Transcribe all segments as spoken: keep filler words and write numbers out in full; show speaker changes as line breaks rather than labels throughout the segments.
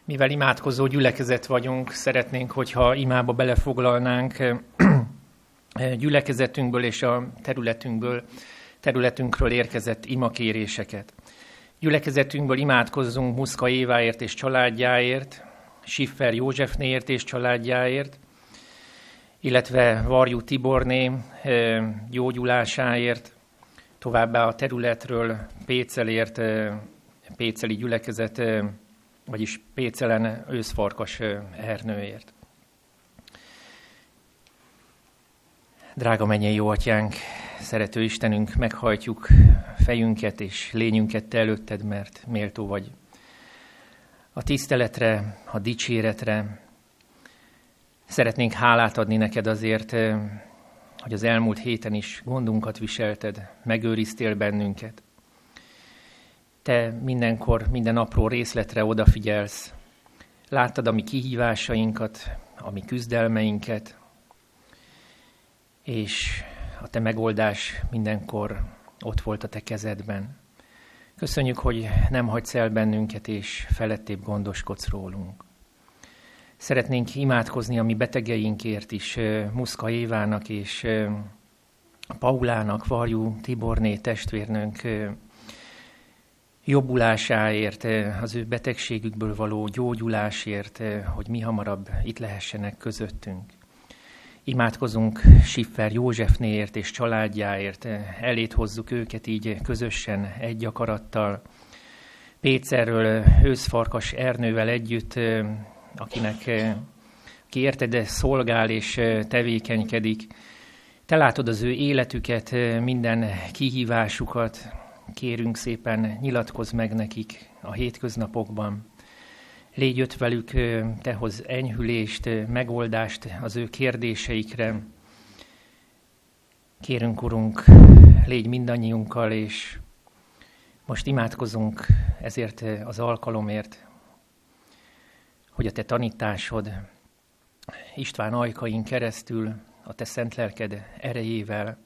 Mivel imádkozó gyülekezet vagyunk, szeretnénk, hogyha imába belefoglalnánk gyülekezetünkből és a területünkből, területünkről érkezett imakéréseket. Gyülekezetünkből imádkozzunk Muszka Éváért és családjáért, Schiffer Józsefnéért és családjáért, illetve Varjú Tiborné gyógyulásáért, továbbá a területről Pécelért, péceli gyülekezet, vagyis Pécelen őszfarkas Ernőért. Drága mennyei jó atyánk, szerető Istenünk, meghajtjuk fejünket és lényünket te előtted, mert méltó vagy a tiszteletre, a dicséretre. Szeretnénk hálát adni neked azért, hogy az elmúlt héten is gondunkat viselted, megőriztél bennünket. Te mindenkor, minden apró részletre odafigyelsz. Láttad a mi kihívásainkat, a mi küzdelmeinket, és a te megoldás mindenkor ott volt a te kezedben. Köszönjük, hogy nem hagysz el bennünket, és felettébb gondoskodsz rólunk. Szeretnénk imádkozni a mi betegeinkért is, Muszka Évának és Paulának, Varjú Tiborné testvérnőnk jobbulásáért, az ő betegségükből való gyógyulásért, hogy mi hamarabb itt lehessenek közöttünk. Imádkozunk Schiffer Józsefnéért és családjáért, elét hozzuk őket így közösen, egy akarattal. Pécerről őszfarkas Ernővel együtt, akinek, aki érted, szolgál és tevékenykedik. Te látod az ő életüket, minden kihívásukat. Kérünk szépen, nyilatkozz meg nekik a hétköznapokban. Légy ott velük, te hoz enyhülést, megoldást az ő kérdéseikre. Kérünk, Urunk, légy mindannyiunkkal, és most imádkozunk ezért az alkalomért, hogy a te tanításod István ajkain keresztül, a te szent lelked erejével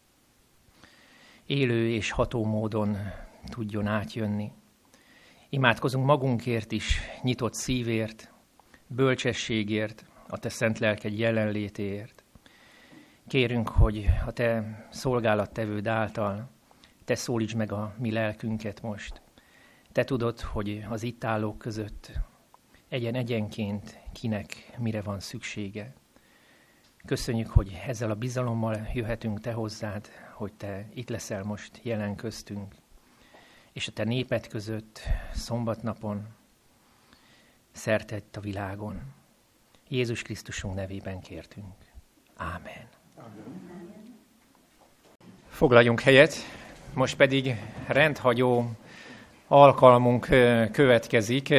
élő és ható módon tudjon átjönni. Imádkozunk magunkért is, nyitott szívért, bölcsességért, a te szent lelked jelenlétéért. Kérünk, hogy a te szolgálattevőd által te szólítsd meg a mi lelkünket most. Te tudod, hogy az itt állók között egyen-egyenként kinek mire van szüksége. Köszönjük, hogy ezzel a bizalommal jöhetünk te hozzád, hogy te itt leszel most jelen köztünk, és a te néped között szombatnapon szerte itt a világon. Jézus Krisztusunk nevében kértünk. Ámen. Amen. Foglaljunk helyet, most pedig rendhagyó alkalmunk következik.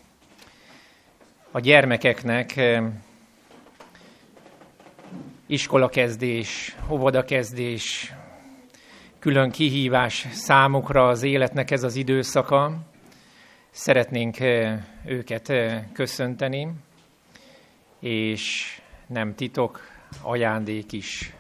A gyermekeknek iskolakezdés, óvodakezdés, külön kihívás számukra az életnek ez az időszaka. Szeretnénk őket köszönteni, és nem titok, ajándék is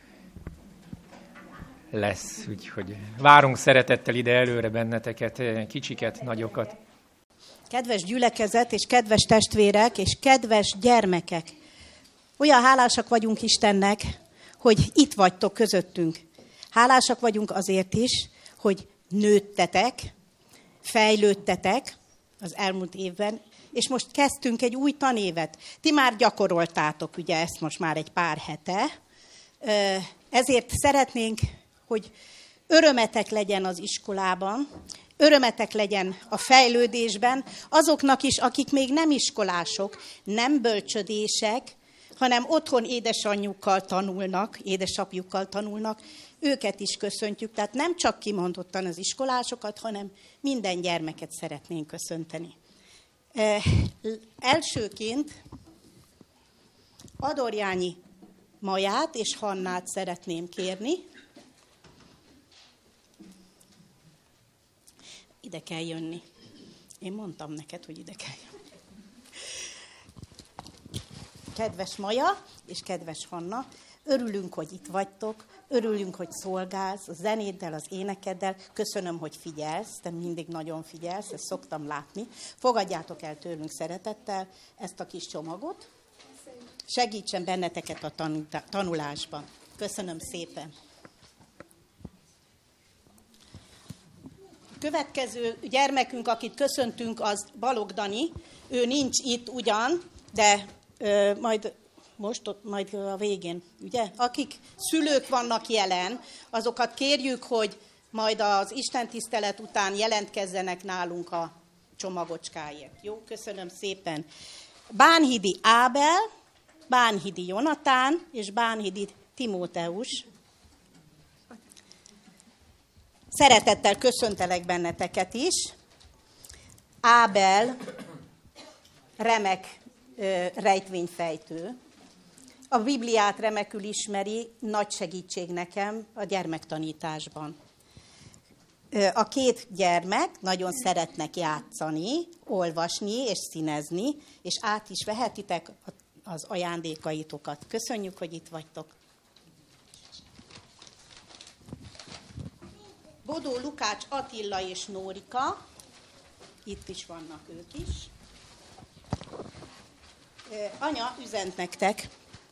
lesz. Úgyhogy várunk szeretettel ide előre benneteket, kicsiket, nagyokat.
Kedves gyülekezet, és kedves testvérek, és kedves gyermekek! Olyan hálásak vagyunk Istennek, hogy itt vagytok közöttünk. Hálásak vagyunk azért is, hogy nőttetek, fejlődtetek az elmúlt évben, és most kezdtünk egy új tanévet. Ti már gyakoroltátok, ugye ezt most már egy pár hete. Ezért szeretnénk, hogy örömetek legyen az iskolában, örömetek legyen a fejlődésben, azoknak is, akik még nem iskolások, nem bölcsödések, hanem otthon édesanyjukkal tanulnak, édesapjukkal tanulnak, őket is köszöntjük. Tehát nem csak kimondottan az iskolásokat, hanem minden gyermeket szeretnénk köszönteni. E, elsőként Adorjányi Maját és Hannát szeretném kérni. Ide kell jönni. Én mondtam neked, hogy ide kell jönni. Kedves Maja és kedves Hanna, örülünk, hogy itt vagytok, Örülünk, hogy szolgálsz a zenéddel, az énekeddel. Köszönöm, hogy figyelsz, te mindig nagyon figyelsz, ezt szoktam látni. Fogadjátok el tőlünk szeretettel ezt a kis csomagot. Segítsen benneteket a tanulásban. Köszönöm szépen. A következő gyermekünk, akit köszöntünk, az Balogh Dani. Ő nincs itt ugyan, de ö, majd... Most ott majd a végén, ugye? Akik szülők vannak jelen, azokat kérjük, hogy majd az istentisztelet után jelentkezzenek nálunk a csomagocskáért. Jó, köszönöm szépen. Bánhidi Ábel, Bánhidi Jonatán és Bánhidi Timóteus. Szeretettel köszöntelek benneteket is. Ábel remek ö, rejtvényfejtő. A Bibliát remekül ismeri, nagy segítség nekem a gyermektanításban. A két gyermek nagyon szeretnek játszani, olvasni és színezni, és át is vehetitek az ajándékaitokat. Köszönjük, hogy itt vagytok. Bodó Lukács Attila és Nórika, itt is vannak ők is. Anya üzent nektek.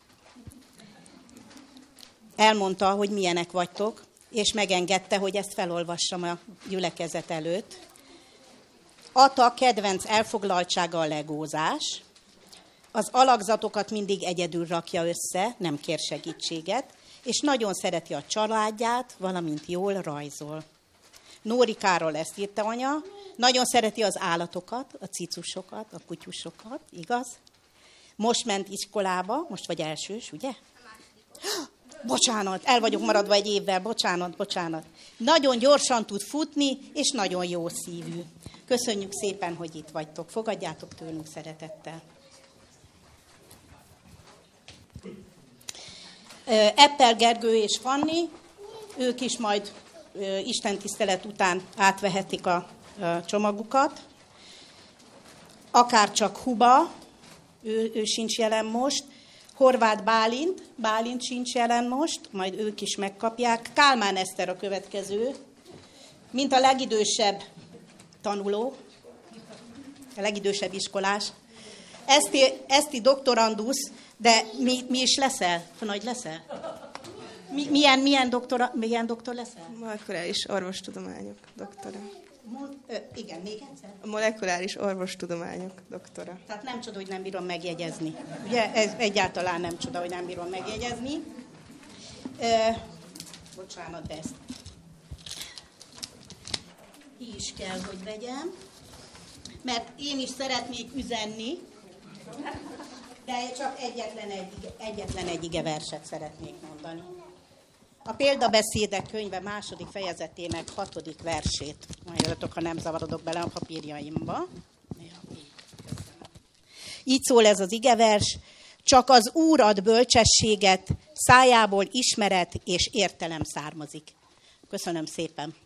Elmondta, hogy milyenek vagytok, és megengedte, hogy ezt felolvassam a gyülekezet előtt. Ata kedvenc elfoglaltsága a legózás. Az alakzatokat mindig egyedül rakja össze, nem kér segítséget, és nagyon szereti a családját, valamint jól rajzol. Nórikáról ezt írta anya, nagyon szereti az állatokat, a cicusokat, a kutyusokat, igaz? Most ment iskolába, most vagy elsős, ugye? Bocsánat, el vagyok maradva egy évvel, bocsánat, bocsánat. Nagyon gyorsan tud futni, és nagyon jó szívű. Köszönjük szépen, hogy itt vagytok. Fogadjátok tőlünk szeretettel. Eppel Gergő és Fanni, ők is majd istentisztelet után átvehetik a csomagukat. Akárcsak Huba, ő, ő sincs jelen most. Horváth Bálint, Bálint sincs jelen most, majd ők is megkapják. Kálmán Eszter a következő, mint a legidősebb tanuló, a legidősebb iskolás. Eszti, Eszti doktorandusz, de mi, mi is leszel? Nagy leszel? Mi, milyen, milyen, doktora, milyen doktor leszel?
Molekuláris orvostudományok doktora.
Mol, ö, igen, még egyszer?
A molekuláris orvostudományok doktora.
Tehát nem csoda, hogy nem bírom megjegyezni. Ugye ez egyáltalán nem csoda, hogy nem bírom megjegyezni. Ö, bocsánat, de ezt ki is kell, hogy vegyem. Mert én is szeretnék üzenni, de csak egyetlen egy, egyetlen egy ige verset szeretnék mondani. A példabeszédek könyve második fejezetének hatodik versét. Majd jöttök, ha nem zavarodok bele a papírjaimba. Így szól ez az igevers: csak az Úr ad bölcsességet, szájából ismeret és értelem származik. Köszönöm szépen.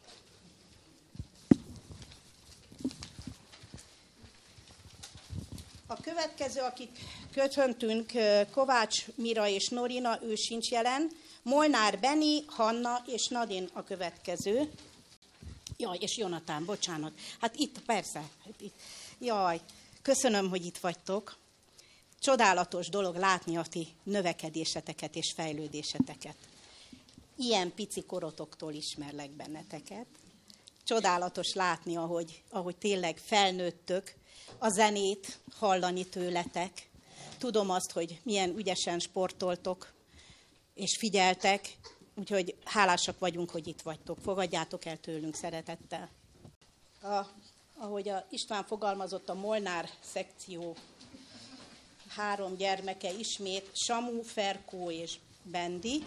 A következő, akik köszöntünk, Kovács Mira és Norina, ő sincs jelen. Molnár Beni, Hanna és Nadin a következő. Jaj, és Jonatán, bocsánat. Hát itt, persze. Hát itt. Jaj, köszönöm, hogy itt vagytok. Csodálatos dolog látni a ti növekedéseteket és fejlődéseteket. Ilyen pici korotoktól ismerlek benneteket. Csodálatos látni, ahogy, ahogy tényleg felnőttök, a zenét hallani tőletek. Tudom azt, hogy milyen ügyesen sportoltok, és figyeltek, úgyhogy hálásak vagyunk, hogy itt vagytok. Fogadjátok el tőlünk szeretettel. A, ahogy a István fogalmazott, a Molnár szekció három gyermeke ismét, Samu, Ferkó és Bendi.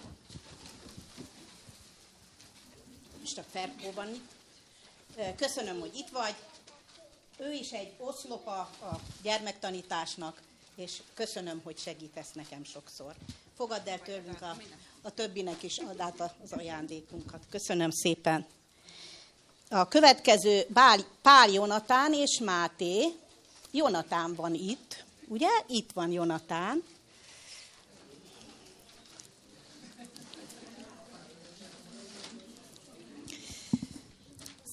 És csak Ferkó van itt. Köszönöm, hogy itt vagy. Ő is egy oszlopa a gyermektanításnak, és köszönöm, hogy segítesz nekem sokszor. Fogadd el tőlünk a, a többinek is, add át az ajándékunkat. Köszönöm szépen. A következő Bál, Pál Jonatán és Máté. Jonatán van itt, ugye? Itt van Jonatán.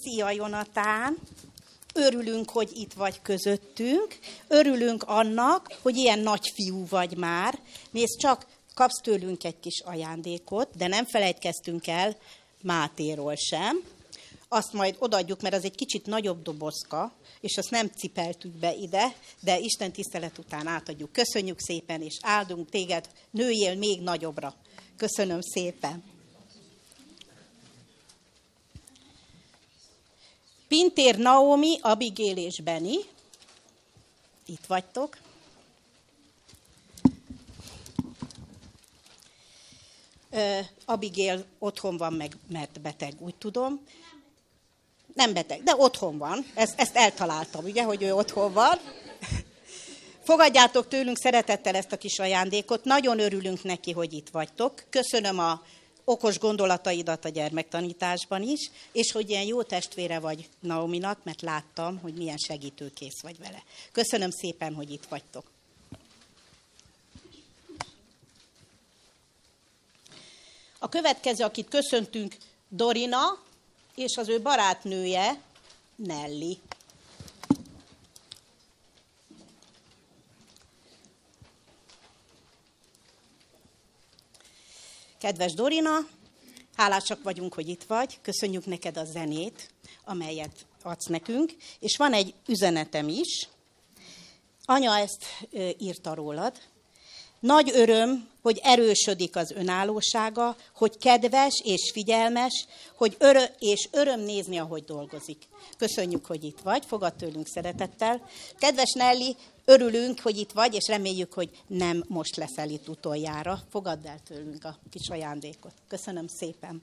Szia, Jonatán! Örülünk, hogy itt vagy közöttünk. Örülünk annak, hogy ilyen nagy fiú vagy már. Nézd csak, kapsz tőlünk egy kis ajándékot, de nem felejtkeztünk el Mátéról sem. Azt majd odaadjuk, mert az egy kicsit nagyobb dobozka, és azt nem cipeltük be ide, de Isten tisztelet után átadjuk. Köszönjük szépen, és áldunk téged, nőjél még nagyobbra. Köszönöm szépen. Pintér Naomi, Abigail és Benny. Itt vagytok. Uh, Abigail otthon van meg, mert beteg, úgy tudom. Nem beteg, de otthon van. Ezt, ezt eltaláltam, ugye, hogy ő otthon van. Fogadjátok tőlünk szeretettel ezt a kis ajándékot. Nagyon örülünk neki, hogy itt vagytok. Köszönöm a okos gondolataidat a gyermektanításban is, és hogy ilyen jó testvére vagy Naominak, mert láttam, hogy milyen segítőkész vagy vele. Köszönöm szépen, hogy itt vagytok. A következő, akit köszöntünk, Dorina, és az ő barátnője, Nelly. Kedves Dorina, hálásak vagyunk, hogy itt vagy. Köszönjük neked a zenét, amelyet adsz nekünk. És van egy üzenetem is. Anya ezt ö, írta rólad. Nagy öröm, hogy erősödik az önállósága, hogy kedves és figyelmes, hogy örö- és öröm nézni, ahogy dolgozik. Köszönjük, hogy itt vagy, fogad tőlünk szeretettel. Kedves Nelly, örülünk, hogy itt vagy, és reméljük, hogy nem most leszel itt utoljára. Fogadd el tőlünk a kis ajándékot. Köszönöm szépen.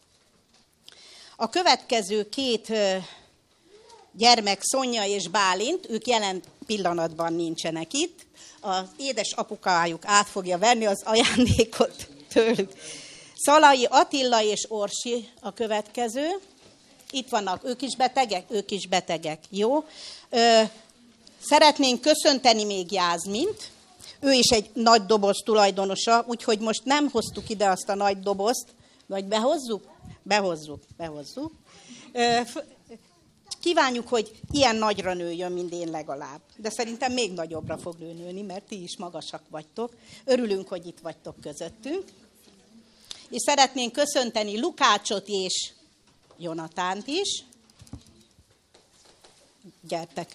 A következő két gyermek, Szonya és Bálint, ők jelen pillanatban nincsenek itt. Az édes apukájuk át fogja venni az ajándékot tőlük. Szalai Attila és Orsi a következő. Itt vannak, ők is betegek? Ők is betegek, jó. Ö, szeretnénk köszönteni még Jászmint. Ő is egy nagy doboz tulajdonosa, úgyhogy most nem hoztuk ide azt a nagy dobozt. Vagy behozzuk? Behozzuk, behozzuk. Ö, Kívánjuk, hogy ilyen nagyra nőjön, mint én legalább. De szerintem még nagyobbra fog nőni, mert ti is magasak vagytok. Örülünk, hogy itt vagytok közöttünk. És szeretnénk köszönteni Lukácsot és Jonatánt is. Gyertek!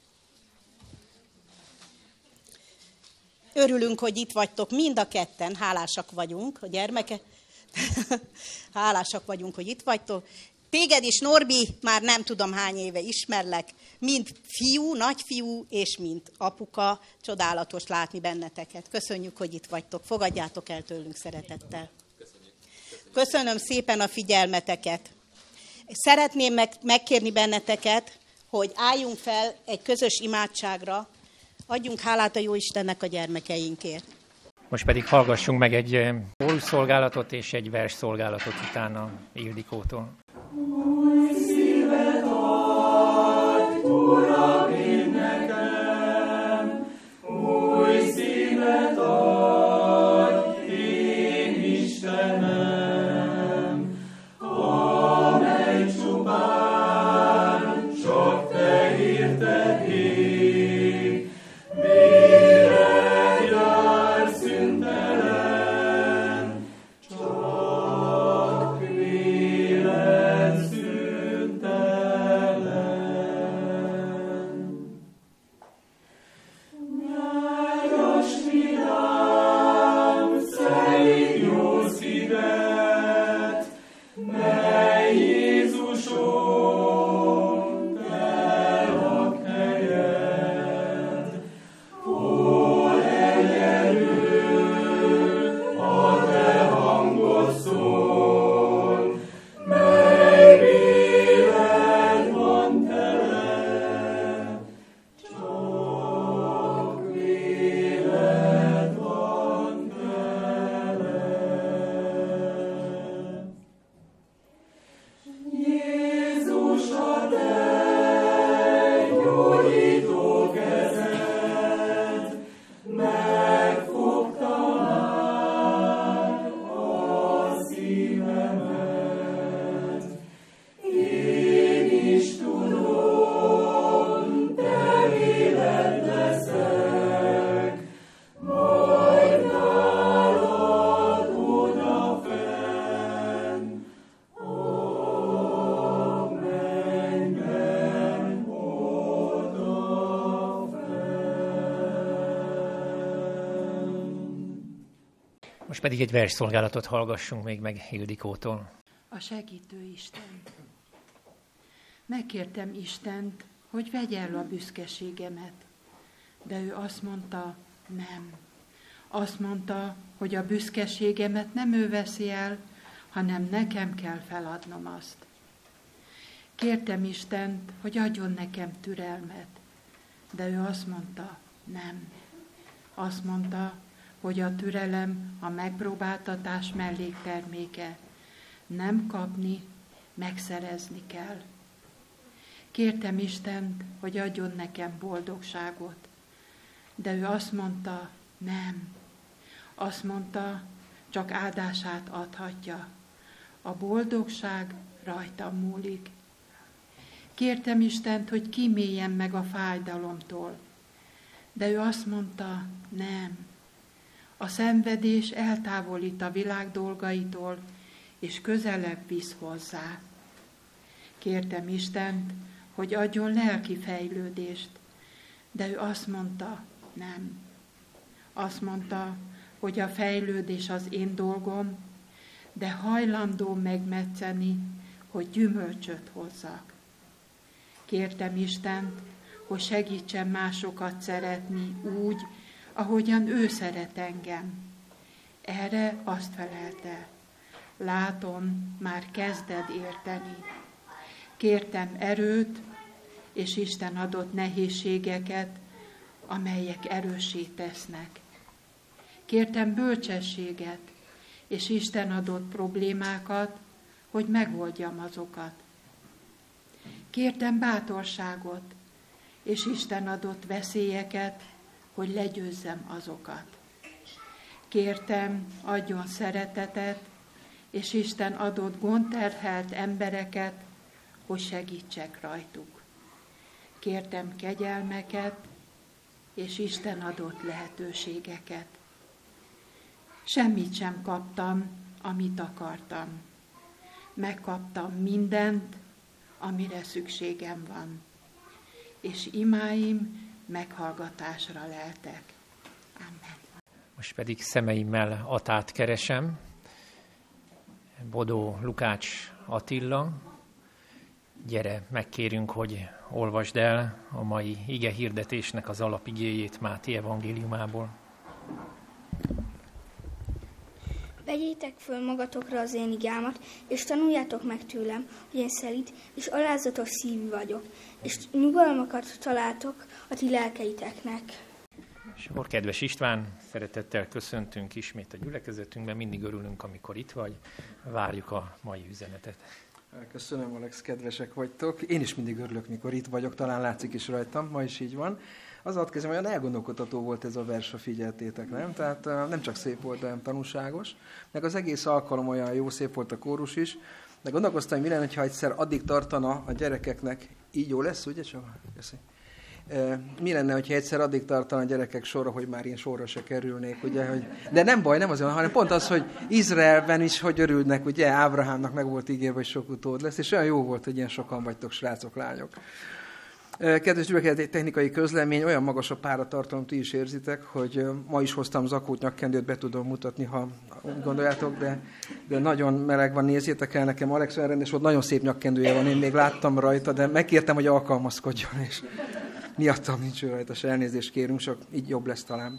Örülünk, hogy itt vagytok mind a ketten. Hálásak vagyunk, a gyermeke. Hálásak vagyunk, hogy itt vagytok. Téged is, Norbi, már nem tudom hány éve ismerlek, mint fiú, nagyfiú, és mint apuka. Csodálatos látni benneteket. Köszönjük, hogy itt vagytok. Fogadjátok el tőlünk szeretettel. Köszönöm szépen a figyelmeteket. Szeretném meg, megkérni benneteket, hogy álljunk fel egy közös imádságra, adjunk hálát a Jóistennek a gyermekeinkért.
Most pedig hallgassunk meg egy szolgálatot és egy versszolgálatot utána Ildikótól.
Új szívet adj, Uram, én nekem, új szívet adj, én Istenem, amely csupán csak fehér tehén, mire jár szüntelen, csak vélem.
Most pedig egy versszolgálatot hallgassunk még meg Ildikótól.
A segítő Isten. Megkértem Istent, hogy vegye el a büszkeségemet, de ő azt mondta, nem. Azt mondta, hogy a büszkeségemet nem ő veszi el, hanem nekem kell feladnom azt. Kértem Istent, hogy adjon nekem türelmet, de ő azt mondta, nem. Azt mondta, hogy a türelem a megpróbáltatás mellékterméke. Nem kapni, megszerezni kell. Kértem Istent, hogy adjon nekem boldogságot, de ő azt mondta, nem. Azt mondta, csak áldását adhatja. A boldogság rajtam múlik. Kértem Istent, hogy kíméljen meg a fájdalomtól, de ő azt mondta, nem. A szenvedés eltávolít a világ dolgaitól, és közelebb visz hozzá. Kértem Istent, hogy adjon lelki fejlődést, de ő azt mondta, nem. Azt mondta, hogy a fejlődés az én dolgom, de hajlandó megmetszeni, hogy gyümölcsöt hozzak. Kértem Istent, hogy segítsen másokat szeretni úgy, ahogyan ő szeret engem. Erre azt felelte, látom, már kezded érteni. Kértem erőt, és Isten adott nehézségeket, amelyek erőssé tesznek. Kértem bölcsességet, és Isten adott problémákat, hogy megoldjam azokat. Kértem bátorságot, és Isten adott veszélyeket, hogy legyőzzem azokat. Kértem, adjon szeretetet, és Isten adott gondterhelt embereket, hogy segítsek rajtuk. Kértem kegyelmeket, és Isten adott lehetőségeket. Semmit sem kaptam, amit akartam. Megkaptam mindent, amire szükségem van. És imáim meghallgatásra leltek. Amen.
Most pedig szemeimmel Atát keresem. Bodó Lukács Attila. Gyere, megkérünk, hogy olvasd el a mai ige hirdetésnek az alapigéjét Máté evangéliumából.
Vegyétek föl magatokra az én igámat, és tanuljátok meg tőlem, hogy én szelíd és alázatos szívű vagyok, és nyugalmakat találtok a ti lelkeiteknek.
És akkor, kedves István, szeretettel köszöntünk ismét a gyülekezetünkben, mindig örülünk, amikor itt vagy, várjuk a mai üzenetet.
Köszönöm, Alex, kedvesek vagytok. Én is mindig örülök, mikor itt vagyok, talán látszik is rajtam, ma is így van. Az alatt kezdem, olyan elgondolkodható volt ez a vers, ha figyeltétek, nem? Tehát nem csak szép volt, de nem tanúságos. Meg az egész alkalom olyan jó, szép volt a kórus is. De gondolkoztam, hogy mi lenne, ha egyszer addig tartana a gyerekeknek, így jó lesz, ugye? Csak köszi. Mi lenne, hogyha egyszer addig tartana a gyerekek sorra, hogy már én sorra se kerülnék, ugye? Hogy... De nem baj, nem azért, hanem pont az, hogy Izraelben is hogy örülnek, ugye? Ábrahámnak meg volt ígérve, hogy sok utód lesz, és olyan jó volt, hogy ilyen sokan vagytok, srácok, lányok. Kedves gyülekezet, egy technikai közlemény, olyan magas a páratartalom, ti is érzitek, hogy ma is hoztam zakót, nyakkendőt, be tudom mutatni, ha úgy gondoljátok, de, de nagyon meleg van, nézzétek el nekem, Alex olyan rendes volt, nagyon szép nyakkendője van, én még láttam rajta, de megkértem, hogy alkalmazkodjon, és miattam nincs ő rajta, és elnézést kérünk, csak így jobb lesz talán.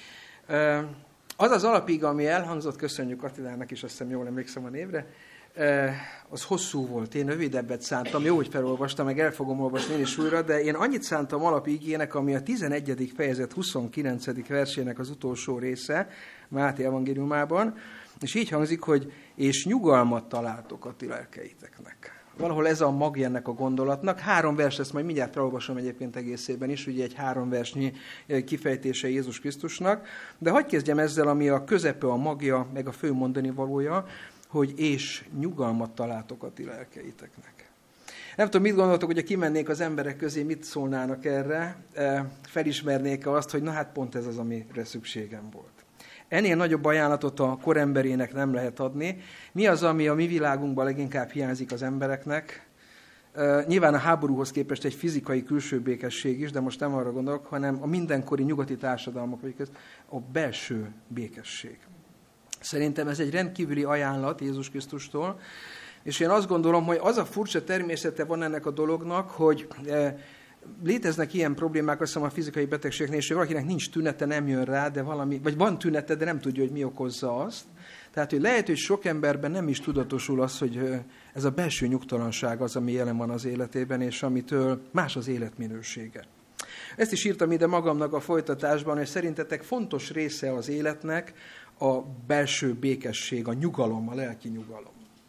Az az alapig, ami elhangzott, köszönjük Attilának is, azt hiszem jól emlékszem a névre, az hosszú volt, én rövidebbet szántam, jó, hogy felolvastam, meg el fogom olvasni én is újra, de én annyit szántam alapigének, ami a tizenegyedik fejezet huszonkilencedik versének az utolsó része, Máté evangéliumában, és így hangzik, hogy és nyugalmat találtok a ti lelkeiteknek. Valahol ez a magja ennek a gondolatnak. Három vers, ezt majd mindjárt felolvasom egyébként egészében is, ugye egy három versnyi kifejtése Jézus Krisztusnak, de hadd kezdjem ezzel, ami a közepe, a magja, meg a fő mondani valója, hogy és nyugalmat találtok a ti lelkeiteknek. Nem tudom, mit gondoltok, hogyha kimennék az emberek közé, mit szólnának erre, felismernék azt, hogy na hát pont ez az, amire szükségem volt. Ennél nagyobb ajánlatot a koremberének nem lehet adni. Mi az, ami a mi világunkban leginkább hiányzik az embereknek? Nyilván a háborúhoz képest egy fizikai külső békesség is, de most nem arra gondolok, hanem a mindenkori nyugati társadalmak, vagy a belső békesség. Szerintem ez egy rendkívüli ajánlat Jézus Krisztustól, és én azt gondolom, hogy az a furcsa természete van ennek a dolognak, hogy léteznek ilyen problémák, azt hiszem a fizikai betegségnél, és valakinek nincs tünete, nem jön rá, de valami, vagy van tünete, de nem tudja, hogy mi okozza azt. Tehát, hogy lehet, hogy sok emberben nem is tudatosul az, hogy ez a belső nyugtalanság az, ami jelen van az életében, és amitől más az életminősége. Ezt is írtam ide magamnak a folytatásban, hogy szerintetek fontos része az életnek a belső békesség, a nyugalom, a lelki nyugalom.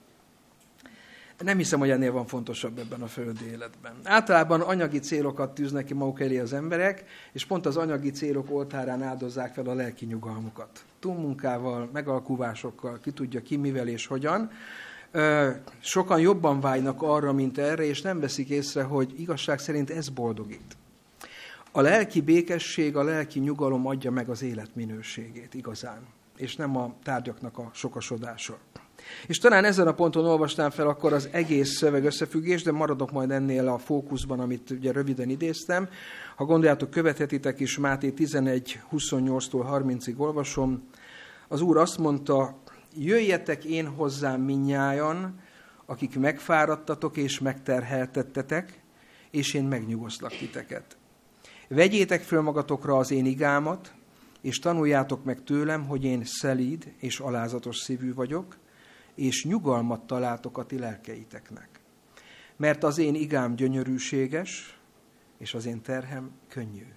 Nem hiszem, hogy ennél van fontosabb ebben a földi életben. Általában anyagi célokat tűznek ki maguk elé az emberek, és pont az anyagi célok oltárán áldozzák fel a lelki nyugalmukat. Túlmunkával, megalkuvásokkal, ki tudja ki, mivel és hogyan. Sokan jobban vágynak arra, mint erre, és nem veszik észre, hogy igazság szerint ez boldogít. A lelki békesség, a lelki nyugalom adja meg az élet minőségét igazán, és nem a tárgyaknak a sokasodása. És talán ezen a ponton olvasnám fel akkor az egész szöveg összefüggés, de maradok majd ennél a fókuszban, amit ugye röviden idéztem. Ha gondoljátok, követhetitek is, Máté tizenegy huszonnyolctól harmincig olvasom. Az Úr azt mondta, jöjjetek én hozzám mindnyájan, akik megfáradtatok és megterheltettetek, és én megnyugosztlak titeket. Vegyétek föl magatokra az én igámat, és tanuljátok meg tőlem, hogy én szelíd és alázatos szívű vagyok, és nyugalmat találtok a ti lelkeiteknek. Mert az én igám gyönyörűséges, és az én terhem könnyű.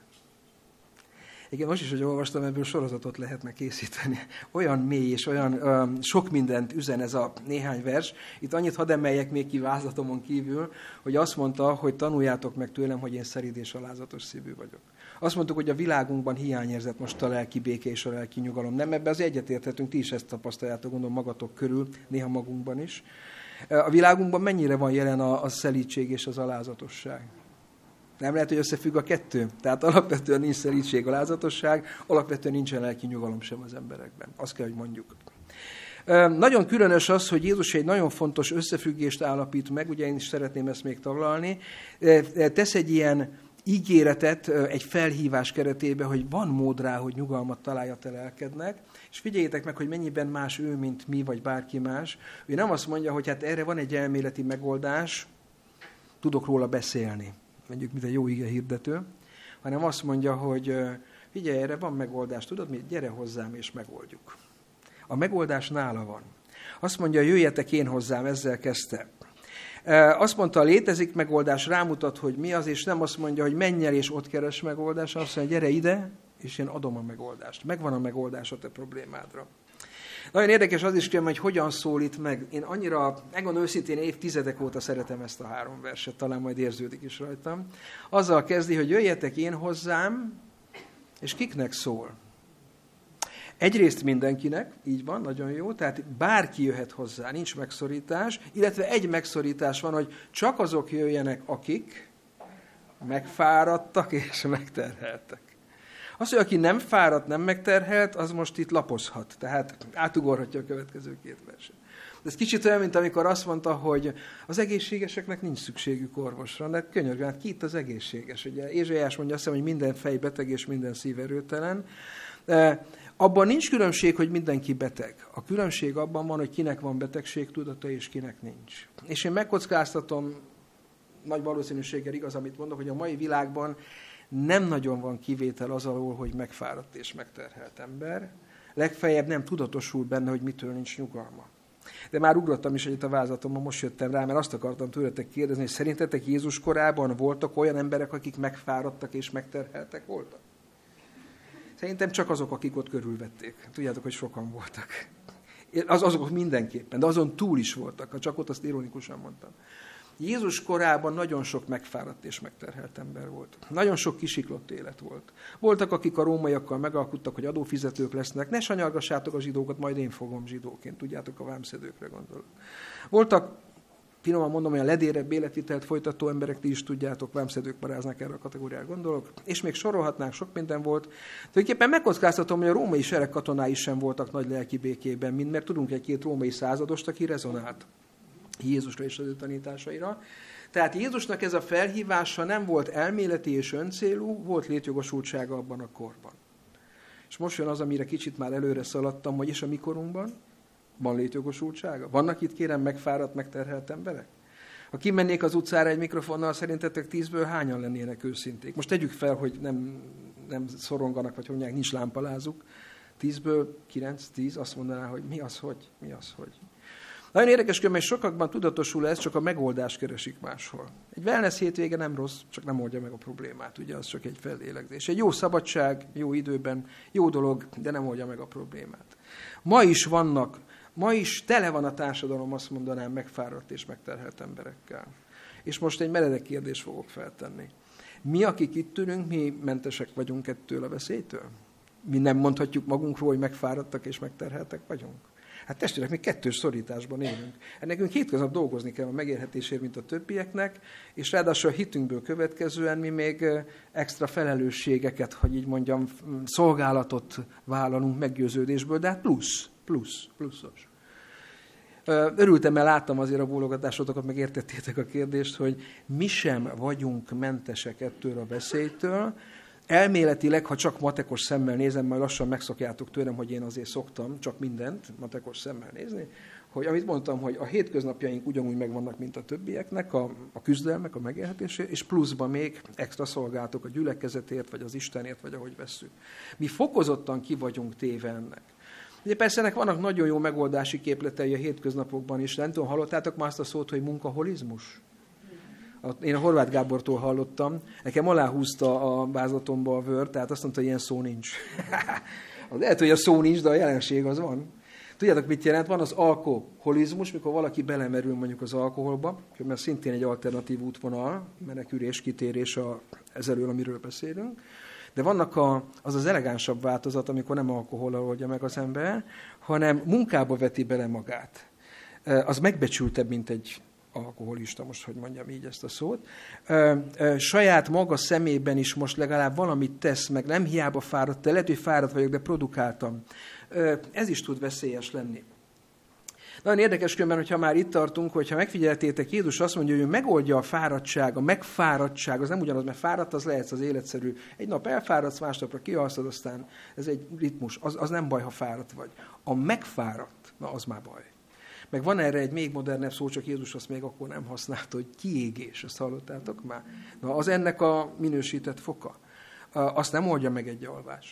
Igen, most is, hogy olvastam, ebből sorozatot lehetne készíteni. Olyan mély és olyan ö, sok mindent üzen ez a néhány vers. Itt annyit hadd emeljek még ki vázlatomon kívül, hogy azt mondta, hogy tanuljátok meg tőlem, hogy én szelíd és alázatos szívű vagyok. Azt mondtuk, hogy a világunkban hiányérzett most a lelki béke és a lelki nyugalom. Nem, ebben az egyetérthetünk, ti is ezt tapasztaljátok, gondolom magatok körül, néha magunkban is. A világunkban mennyire van jelen a, a szelídség és az alázatosság? Nem lehet, hogy összefügg a kettő. Tehát alapvetően nincs szelídség, alázatosság, alapvetően nincsen lelki nyugalom sem az emberekben. Azt kell, hogy mondjuk. Nagyon különös az, hogy Jézus egy nagyon fontos összefüggést állapít meg, ugye én is szeretném ezt még taglalni. Tesz egy ilyen ígéretet egy felhívás keretében, hogy van mód rá, hogy nyugalmat találja te lelkednek, és figyeljétek meg, hogy mennyiben más ő, mint mi, vagy bárki más. Ő nem azt mondja, hogy hát erre van egy elméleti megoldás, tudok róla beszélni, mondjuk, mint egy jó ige hirdető, hanem azt mondja, hogy figyelj, erre van megoldás, tudod mi? Gyere hozzám, és megoldjuk. A megoldás nála van. Azt mondja, jöjjetek én hozzám, ezzel kezdte. Azt mondta, létezik megoldás, rámutat, hogy mi az, és nem azt mondja, hogy menj el, és ott keres megoldás, azt mondja, gyere ide, és én adom a megoldást. Megvan a megoldás a te problémádra. Nagyon érdekes az is, hogy hogyan szólít meg. Én annyira, megmondom őszintén, évtizedek óta szeretem ezt a három verset, talán majd érződik is rajtam. Azzal kezdi, hogy jöjjetek én hozzám, és kiknek szól? Egyrészt mindenkinek, így van, nagyon jó, tehát bárki jöhet hozzá, nincs megszorítás, illetve egy megszorítás van, hogy csak azok jöjjenek, akik megfáradtak és megterheltek. Az, hogy aki nem fáradt, nem megterhelt, az most itt lapozhat, tehát átugorhatja a következő két verset. Ez kicsit olyan, mint amikor azt mondta, hogy az egészségeseknek nincs szükségük orvosra, de könyörgöm, hát ki itt az egészséges? Ugye Ézsaiás mondja azt, hogy minden fej beteg és minden szív erőtelen. Abban nincs különbség, hogy mindenki beteg. A különbség abban van, hogy kinek van betegségtudata, és kinek nincs. És én megkockáztatom, nagy valószínűséggel igaz, amit mondok, hogy a mai világban nem nagyon van kivétel az alól, hogy megfáradt és megterhelt ember. Legfeljebb nem tudatosul benne, hogy mitől nincs nyugalma. De már ugrottam is egyet a vázlatomban, most jöttem rá, mert azt akartam tőletek kérdezni, hogy szerintetek Jézus korában voltak olyan emberek, akik megfáradtak és megterheltek voltak? Szerintem csak azok, akik ott körülvették. Tudjátok, hogy sokan voltak. Az, azok mindenképpen, de azon túl is voltak. Csak ott azt ironikusan mondtam. Jézus korában nagyon sok megfáradt és megterhelt ember volt. Nagyon sok kisiklott élet volt. Voltak, akik a rómaiakkal megalkuttak, hogy adófizetők lesznek. Ne sanyargassátok a zsidókat, majd én fogom zsidóként. Tudjátok, a vámszedőkre gondolok. Voltak, finoman mondom, olyan ledérebb életvitelt folytató emberek, ti is tudjátok, vámszedők paráznak erre a kategóriára gondolok. És még sorolhatnánk, sok minden volt. Tulajdonképpen megkockáztatom, hogy a római sereg katonái sem voltak nagy lelki békében, mint mert tudunk egy-két római századost, aki rezonált Jézusra és az ő tanításaira. Tehát Jézusnak ez a felhívása nem volt elméleti és öncélú, volt létjogosultsága abban a korban. És most jön az, amire kicsit már előre szaladtam, hogy és a mikorunkban van létjogosultsága? Vannak itt, kérem, megfáradt, megterhelt emberek? Ha kimennék az utcára egy mikrofonnal, szerintetek tízből hányan lennének őszinték? Most tegyük fel, hogy nem, nem szoronganak, vagy mondják, nincs lámpalázuk. Tízből kilenc, tíz azt mondaná, hogy mi az, hogy, mi az, hogy. Nagyon érdekes, hogy sokakban tudatosul ez, csak a megoldást keresik máshol. Egy wellness hétvége nem rossz, csak nem oldja meg a problémát, ugye, az csak egy fellélegzés. Egy jó szabadság, jó időben, jó dolog, de nem oldja meg a problémát. Ma is vannak, ma is tele van a társadalom, azt mondanám, megfáradt és megterhelt emberekkel. És most egy meredek kérdést fogok feltenni. Mi, akik itt ülünk, mi mentesek vagyunk ettől a veszélytől? Mi nem mondhatjuk magunkról, hogy megfáradtak és megterheltek vagyunk? Hát testvérek, mi kettős szorításban élünk. Nekünk hétköznap dolgozni kell a megélhetésért, mint a többieknek, és ráadásul a hitünkből következően mi még extra felelősségeket, hogy így mondjam, szolgálatot vállalunk meggyőződésből, de hát plusz, plusz, pluszos. Örültem, mert láttam azért a bólogatásotokat, meg értettétek a kérdést, hogy mi sem vagyunk mentesek ettől a veszélytől. Elméletileg, ha csak matekos szemmel nézem, majd lassan megszokjátok tőlem, hogy én azért szoktam csak mindent matekos szemmel nézni, hogy amit mondtam, hogy a hétköznapjaink ugyanúgy megvannak, mint a többieknek, a, a küzdelmek, a megélhetésért, és pluszban még extra szolgáltok a gyülekezetért, vagy az Istenért, vagy ahogy vesszük. Mi fokozottan ki vagyunk téve ennek. Ugye persze ennek vannak nagyon jó megoldási képletei a hétköznapokban is. Nem tudom, hallottátok már azt a szót, hogy munkaholizmus? Én a Horváth Gábortól hallottam, nekem aláhúzta a vázlatomba a Word, tehát azt mondta, hogy ilyen szó nincs. Lehet, hogy a szó nincs, de a jelenség az van. Tudjátok, mit jelent? Van az alkoholizmus, mikor valaki belemerül mondjuk az alkoholba, mert szintén egy alternatív útvonal, menekülés, kitérés a, ezelől, amiről beszélünk. De vannak a, az az elegánsabb változat, amikor nem alkohollal oldja meg az ember, hanem munkába veti bele magát. Az megbecsültebb, mint egy alkoholista, most hogy mondjam így ezt a szót. Ö, ö, saját maga szemében is most legalább valamit tesz, meg nem hiába fáradt, lehet, hogy fáradt vagyok, de produkáltam. Ö, ez is tud veszélyes lenni. Nagyon érdekes különben, hogyha már itt tartunk, hogyha megfigyeltétek, Jézus azt mondja, hogy ő megoldja a fáradtság, a megfáradtság, az nem ugyanaz, mert fáradt, az lehetsz az életszerű. Egy nap elfáradsz, másnapra kialszod, aztán ez egy ritmus, az, az nem baj, ha fáradt vagy. A megfáradt, na az már baj. Meg van erre egy még modernebb szó, csak Jézus azt még akkor nem használta, hogy kiégés, ezt hallottátok már? Na, az ennek a minősített foka. Azt nem oldja meg egy alvás.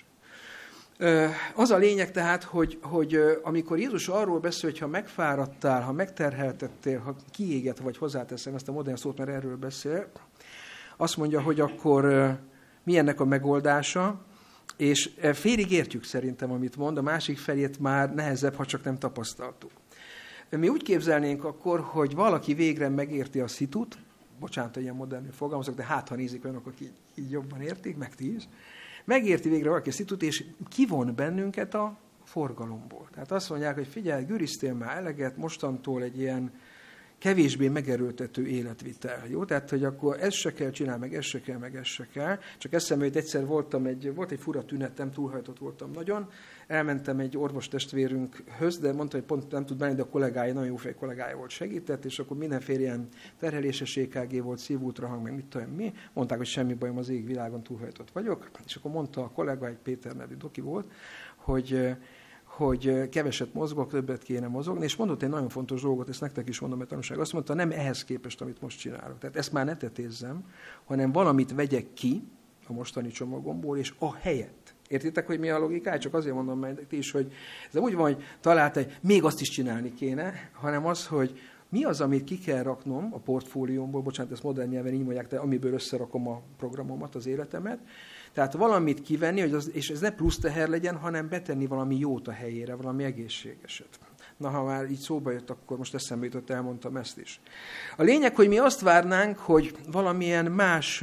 Az a lényeg tehát, hogy, hogy amikor Jézus arról beszél, hogy ha megfáradtál, ha megterheltettél, ha kiégett vagy, hozzáteszem ezt a modern szót, mert erről beszél, azt mondja, hogy akkor mi ennek a megoldása, és félig értjük szerintem, amit mond, a másik felét már nehezebb, ha csak nem tapasztaltuk. Mi úgy képzelnénk akkor, hogy valaki végre megérti a szitut, bocsánat, ilyen modernül fogalmazok, de hát, ha nézik olyanok, akik így, így jobban értik, meg ti is, megérti végre valaki a szitut, és kivon bennünket a forgalomból. Tehát azt mondják, hogy figyelj, gürisztél már eleget, mostantól egy ilyen kevésbé megerőltető életvitel. Jó? Tehát, hogy akkor ezt se kell csinálni, meg ezt se kell, meg ezt se kell. Csak eszembe, hogy egyszer voltam egy, volt egy fura tünetem, túlhajtott voltam nagyon. Elmentem egy orvostestvérünkhöz, de mondta, hogy pont nem tud menni, de a kollégája, nagyon jó fej kollégája volt, segített, és akkor mindenféle ilyen terheléses é ká gé volt, szívultrahang, meg mit tudom mi. Mondták, hogy semmi bajom, az ég világon túlhajtott vagyok. És akkor mondta a kollega, egy Péter nevű doki volt, hogy hogy keveset mozgok, többet kéne mozogni, és mondott egy nagyon fontos dolgot, ezt nektek is mondom, mert tanulság. Azt mondta, nem ehhez képest, amit most csinálok. Tehát ezt már ne tetézzem, hanem valamit vegyek ki a mostani csomagomból, és a helyet. Értitek, hogy mi a logikája? Csak azért mondom meg ti is, hogy ez nem úgy van, hogy találta, hogy még azt is csinálni kéne, hanem az, hogy mi az, amit ki kell raknom a portfóliómból, bocsánat, ezt modern nyelven így mondják, de amiből összerakom a programomat, az életemet. Tehát valamit kivenni, hogy az, és ez ne plusz teher legyen, hanem betenni valami jót a helyére, valami egészségeset. Na, ha már így szóba jött, akkor most eszembe jutott, elmondtam ezt is. A lényeg, hogy mi azt várnánk, hogy valamilyen más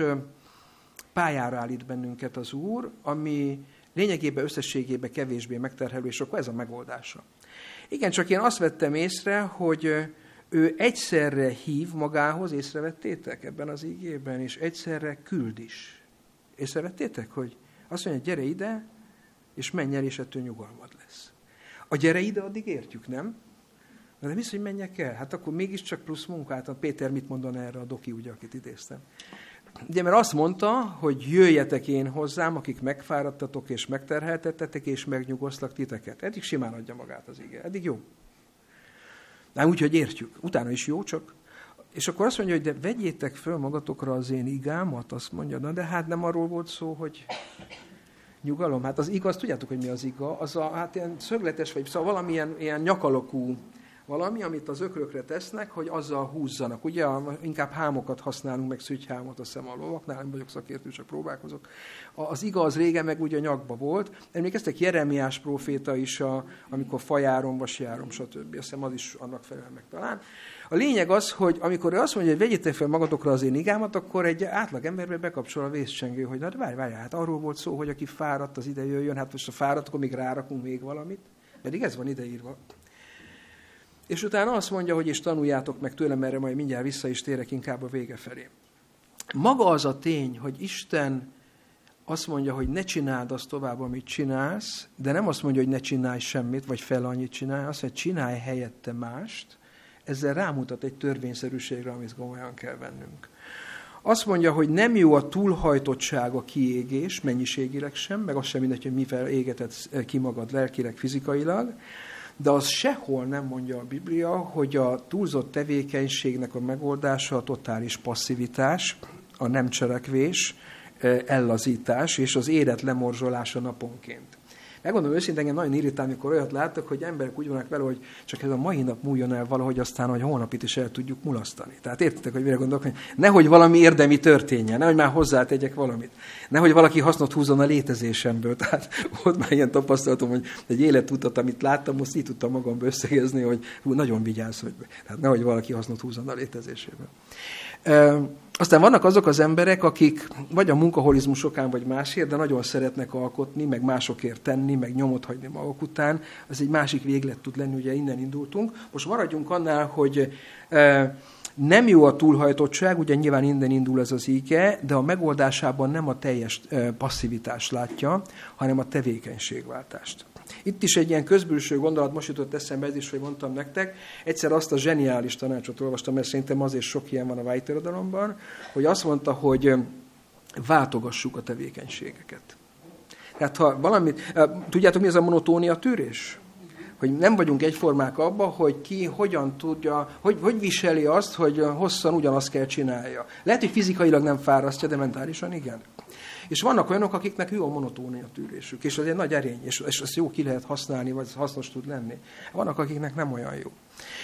pályára állít bennünket az Úr, ami lényegében, összességében kevésbé megterhelő, és akkor ez a megoldása. Igen, csak én azt vettem észre, hogy ő egyszerre hív magához, észrevettétek ebben az igében, és egyszerre küld is. Észrevettétek, hogy azt mondja, gyere ide, és menj el, és ettől nyugalmad lesz. A gyere ide, addig értjük, nem? De nem hisz, hogy menjek el? Hát akkor mégiscsak plusz munkát. Péter mit mondon erre a doki, ugye, akit idéztem? Ugye, mert azt mondta, hogy jöjjetek én hozzám, akik megfáradtatok és megterheltettetek, és megnyugosztlak titeket. Eddig simán adja magát az ige. Eddig jó. Nem úgy, hogy értjük. Utána is jó, csak... És akkor azt mondja, hogy de vegyétek föl magatokra az én igámat, azt mondja, na de hát nem arról volt szó, hogy nyugalom. Hát az iga, azt tudjátok, hogy mi az iga, az a, hát ilyen szögletes, vagy szóval valamilyen ilyen nyakalakú valami, amit az ökrökre tesznek, hogy azzal húzzanak. Ugye inkább hámokat használunk, meg szügyhámot, azt hiszem a lovaknál, nem vagyok szakértő, csak próbálkozok. Az iga az régen meg ugye nyakba volt. Emlékeztek, Jeremiás próféta is, a, amikor fajárom, vasjárom, stb. Azt hiszem az is annak felel meg talán. A lényeg az, hogy amikor ő azt mondja, hogy vegyétek fel magatokra az én igámat, akkor egy átlag emberbe bekapcsol a vészcsengő, hogy na de várj, várj, hát arról volt szó, hogy aki fáradt, az ide jöjjön, hát most a fáradt, akkor még rárakunk még valamit. Pedig ez van ideírva. És utána azt mondja, hogy és tanuljátok meg tőlem, erre majd mindjárt vissza is térek inkább a vége felé. Maga az a tény, hogy Isten azt mondja, hogy ne csináld azt tovább, amit csinálsz, de nem azt mondja, hogy ne csinálj semmit, vagy fel annyit csinálj, azt mondja, csinálj helyette mást, ezzel rámutat egy törvényszerűségre, amit komolyan kell vennünk. Azt mondja, hogy nem jó a túlhajtottság, a kiégés, mennyiségileg sem, meg az sem mindegy, hogy mivel égeted ki magad lelkileg, fizikailag, de az sehol nem mondja a Biblia, hogy a túlzott tevékenységnek a megoldása a totális passzivitás, a nem cselekvés, ellazítás és az élet lemorzsolása naponként. Megmondom őszintén, engem nagyon irritál, amikor olyat látok, hogy emberek úgy vannak vele, hogy csak ez a mai nap múljon el valahogy, aztán, hogy holnapit is el tudjuk mulasztani. Tehát értitek, hogy mire gondolok, hogy nehogy valami érdemi történjen, nehogy már hozzátegyek valamit. Nehogy valaki hasznot húzzon a létezésemből. Tehát volt már ilyen tapasztalatom, hogy egy életutat, amit láttam, most így tudtam magamba összegezni, hogy hú, nagyon vigyázz, hogy tehát nehogy valaki hasznot húzzon a létezéséből. E, aztán vannak azok az emberek, akik vagy a munkaholizmusokán, vagy másért, de nagyon szeretnek alkotni, meg másokért tenni, meg nyomot hagyni maguk után. Ez egy másik véglet tud lenni, ugye innen indultunk. Most maradjunk annál, hogy e, nem jó a túlhajtottság, ugye nyilván innen indul ez az ige, de a megoldásában nem a teljes e, passzivitást látja, hanem a tevékenységváltást. Itt is egy ilyen közbülső gondolat, most jutott eszembe ez is, hogy mondtam nektek. Egyszer azt a zseniális tanácsot olvastam, mert szerintem azért sok ilyen van a vájtörödalamban, hogy azt mondta, hogy váltogassuk a tevékenységeket. Tehát ha valamit, tudjátok mi ez a monotónia tűrés? Hogy nem vagyunk egyformák abban, hogy ki hogyan tudja, hogy, hogy viseli azt, hogy hosszan ugyanazt kell csinálja. Lehet, hogy fizikailag nem fárasztja, de mentálisan igen. És vannak olyanok, akiknek jó a monotónia tűrésük, és az egy nagy erény, és, és ezt jó ki lehet használni, vagy hasznos tud lenni. Vannak, akiknek nem olyan jó.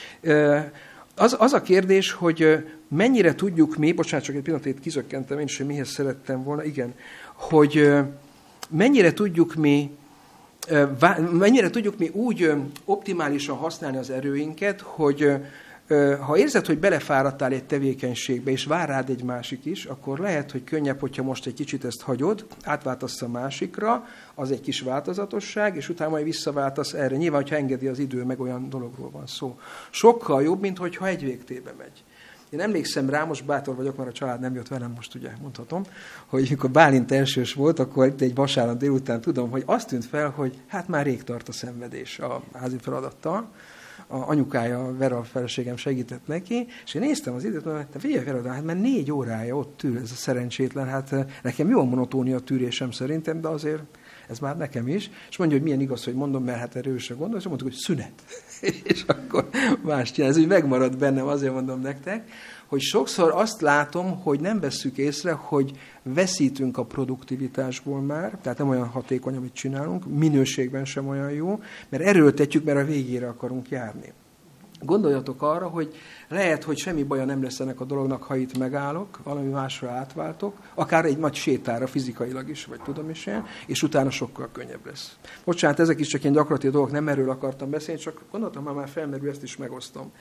Az, az a kérdés, hogy mennyire tudjuk mi, bocsánat, csak egy pillanatot kizökkentem én is, hogy mihez szerettem volna, igen, hogy mennyire tudjuk mi, mennyire tudjuk mi úgy optimálisan használni az erőinket, hogy ha érzed, hogy belefáradtál egy tevékenységbe, és vár rád egy másik is, akkor lehet, hogy könnyebb, hogyha most egy kicsit ezt hagyod, átváltasz a másikra, az egy kis változatosság, és utána majd visszaváltasz erre. Nyilván, hogyha engedi az idő, meg olyan dologról van szó. Sokkal jobb, mint hogyha egy végtébe megy. Én emlékszem rá, most bátor vagyok, mert a család nem jött velem, most ugye mondhatom, hogy amikor Bálint elsős volt, akkor itt egy vasárnap délután tudom, hogy azt tűnt fel, hogy hát már rég tart a szenvedés a házi feladattal. A anyukája, Vera, a feleségem segített neki, és én néztem az időt, mondtam, te figyelj, Vera, hát már négy órája ott tűr ez a szerencsétlen, hát nekem jó a monotónia tűrésem szerintem, de azért ez már nekem is. És mondja, hogy milyen igaz, hogy mondom, mert hát erősre gondol, és mondtuk, hogy szünet. És akkor más csinál. Ez úgy megmaradt bennem, azért mondom nektek, hogy sokszor azt látom, hogy nem vesszük észre, hogy veszítünk a produktivitásból már, tehát nem olyan hatékony, amit csinálunk, minőségben sem olyan jó, mert erőltetjük, mert a végére akarunk járni. Gondoljatok arra, hogy lehet, hogy semmi baja nem lesz ennek a dolognak, ha itt megállok, valami másra átváltok, akár egy nagy sétára fizikailag is, vagy tudom is én, és utána sokkal könnyebb lesz. Bocsánat, ezek is csak ilyen gyakorlati dolgok, nem erről akartam beszélni, csak gondoltam, ha már felmerül, ezt is megosztom.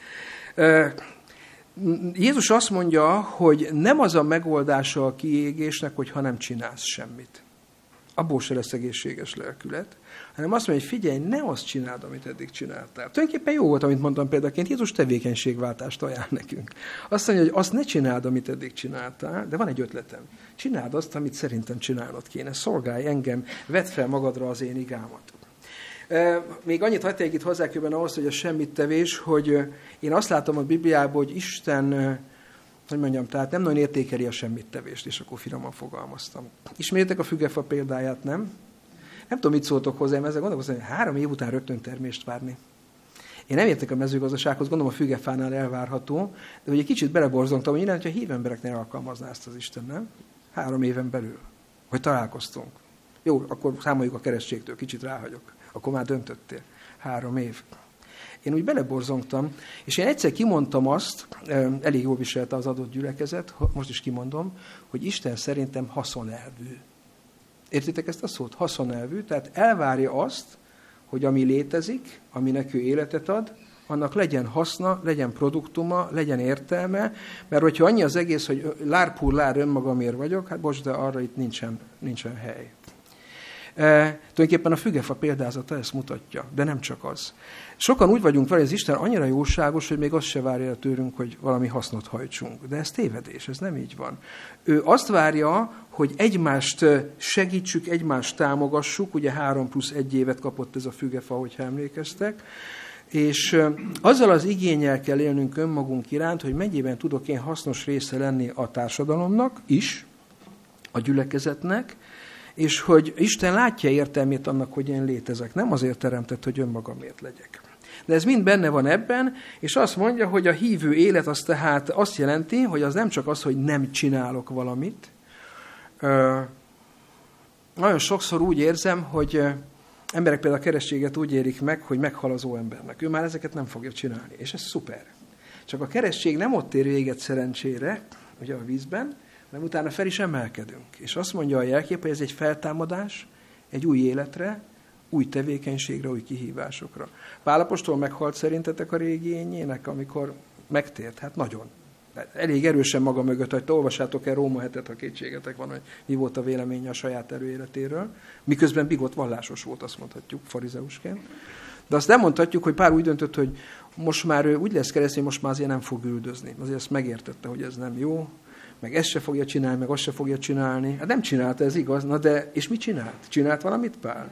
Jézus azt mondja, hogy nem az a megoldása a kiégésnek, hogyha nem csinálsz semmit. Abból se lesz egészséges lelkület, hanem azt mondja, hogy figyelj, ne azt csináld, amit eddig csináltál. Tulajdonképpen jó volt, amit mondtam példaként, Jézus tevékenységváltást ajánl nekünk. Azt mondja, hogy azt ne csináld, amit eddig csináltál, de van egy ötletem. Csináld azt, amit szerintem csinálnod kéne. Szolgálj engem, vedd fel magadra az én igámat. Még annyit hadd tegyek itt hozzákülben ahhoz, hogy a semmittevés, hogy én azt látom a Bibliában, hogy Isten hogy mondjam, tehát nem nagyon értékeli a semmittevést, és akkor finoman fogalmaztam. Ismeritek a fügefa példáját, nem? Nem tudom, mit szóltok hozzám, ezzel gondolkozom, hogy három év után rögtön termést várni. Én nem értek a mezőgazdasághoz, gondolom a fügefánál elvárható, de hogy egy kicsit beleborzongtam, hogy irány, hogyha hív embereknél alkalmazná ezt az Isten, nem? Három éven belül, hogy találkoztunk. Jó, akkor számoljuk a keresztségtől, kicsit ráhagyok. Akkor már döntöttél. Három év. Én úgy beleborzongtam, és én egyszer kimondtam azt, elég jól viselte az adott gyülekezet, most is kimondom, hogy Isten szerintem haszonelvű. Értitek ezt a szót? Haszonelvű, tehát elvárja azt, hogy ami létezik, aminek ő életet ad, annak legyen haszna, legyen produktuma, legyen értelme, mert hogyha annyi az egész, hogy lárpúr lár önmagamért vagyok, hát bocs, de arra itt nincsen, nincsen hely. E, tulajdonképpen a fügefa példázata ezt mutatja, de nem csak az. Sokan úgy vagyunk vele, hogy az Isten annyira jóságos, hogy még azt se várja tőlünk, hogy valami hasznot hajtsunk. De ez tévedés, ez nem így van. Ő azt várja, hogy egymást segítsük, egymást támogassuk, ugye három plusz egy évet kapott ez a fügefa, hogyha emlékeztek, és azzal az igénnyel kell élnünk önmagunk iránt, hogy mennyiben tudok én hasznos része lenni a társadalomnak is, a gyülekezetnek, és hogy Isten látja értelmét annak, hogy én létezek. Nem azért teremtett, hogy önmagamért legyek. De ez mind benne van ebben, és azt mondja, hogy a hívő élet az tehát azt jelenti, hogy az nem csak az, hogy nem csinálok valamit. Ö, nagyon sokszor úgy érzem, hogy emberek például a keresztséget úgy érik meg, hogy meghal az embernek. Ő már ezeket nem fogja csinálni, és ez szuper. Csak a keresztség nem ott ér véget szerencsére, ugye a vízben, hanem utána fel is emelkedünk. És azt mondja a jelkép, hogy ez egy feltámadás, egy új életre, új tevékenységre, új kihívásokra. Pál apostol meghalt szerintetek a régi énjének, amikor megtért? Hát nagyon. Elég erősen maga mögött, hogy te olvassátok el Róma hetet, ha kétségetek van, hogy mi volt a véleménye a saját előéletéről. Miközben bigott vallásos volt, azt mondhatjuk, farizeusként. De azt nem mondhatjuk, hogy Pál úgy döntött, hogy most már ő úgy lesz keresztény, most már azért nem fog üldözni. Azért ezt megértette, hogy ez nem jó, meg ezt se fogja csinálni, meg azt se fogja csinálni. Hát nem csinálta, ez igaz, na de, és mit csinált? Csinált valamit Pál?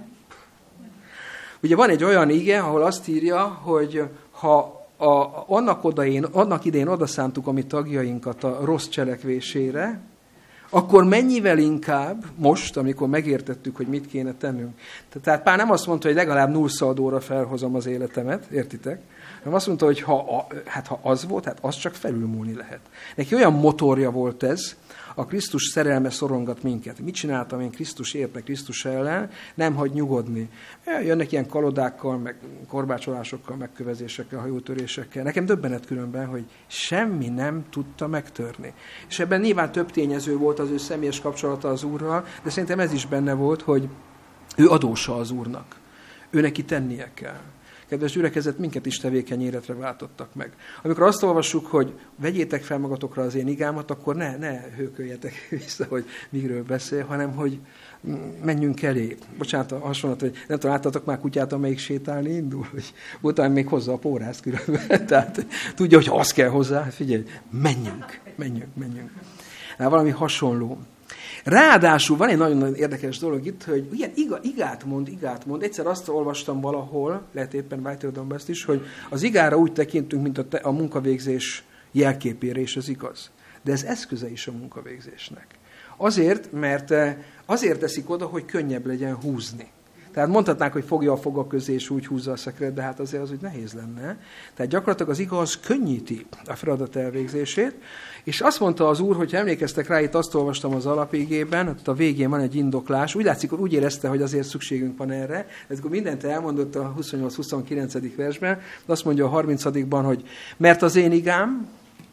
Ugye van egy olyan ige, ahol azt írja, hogy ha a, annak, odaén, annak idején odaszántuk a mi tagjainkat a rossz cselekvésére, akkor mennyivel inkább most, amikor megértettük, hogy mit kéne tennünk. Tehát Pál nem azt mondta, hogy legalább nullszaldóra felhozom az életemet, értitek? Hanem azt mondta, hogy ha, a, hát ha az volt, hát az csak felülmúlni lehet. Neki olyan motorja volt ez, a Krisztus szerelme szorongat minket. Mit csináltam én Krisztusért, meg Krisztus ellen? Nem hagy nyugodni. Jönnek ilyen kalodákkal, meg korbácsolásokkal, megkövezésekkel, hajótörésekkel. Nekem döbbenet különben, hogy semmi nem tudta megtörni. És ebben nyilván több tényező volt az ő személyes kapcsolata az Úrral, de szerintem ez is benne volt, hogy ő adósa az Úrnak. Ő neki tennie kell. Kedves gyülekezet, minket is tevékeny életre váltottak meg. Amikor azt olvassuk, hogy vegyétek fel magatokra az én igámat, akkor ne, ne hőköljetek vissza, hogy miről beszél, hanem hogy menjünk elé. Bocsánat, a hasonlat, hogy nem tudom, láttatok már kutyát, amelyik sétálni indul, hogy utána még hozza a pórázt különben. Tehát tudja, hogy az kell hozzá, figyelj, menjünk, menjünk, menjünk. Hát valami hasonló. Ráadásul van egy nagyon-nagyon érdekes dolog itt, hogy ilyen igát mond, igát mond. Egyszer azt olvastam valahol, lehet éppen Whiteheadonban ezt is, hogy az igára úgy tekintünk, mint a, te, a munkavégzés jelképére, és ez igaz. De ez eszköze is a munkavégzésnek. Azért, mert azért teszik oda, hogy könnyebb legyen húzni. Tehát mondhatnánk, hogy fogja a foga közé, és úgy húzza a szekret, de hát azért az úgy nehéz lenne. Tehát gyakorlatilag az igaz könnyíti a feladat elvégzését, és azt mondta az Úr, hogy emlékeztek rá, itt azt olvastam az alapigében, ott a végén van egy indoklás, úgy látszik, hogy úgy érezte, hogy azért szükségünk van erre, ez akkor mindent elmondott a huszonnyolc-huszonkilencedik versben, de azt mondja a harmincadikban, hogy mert az én igám,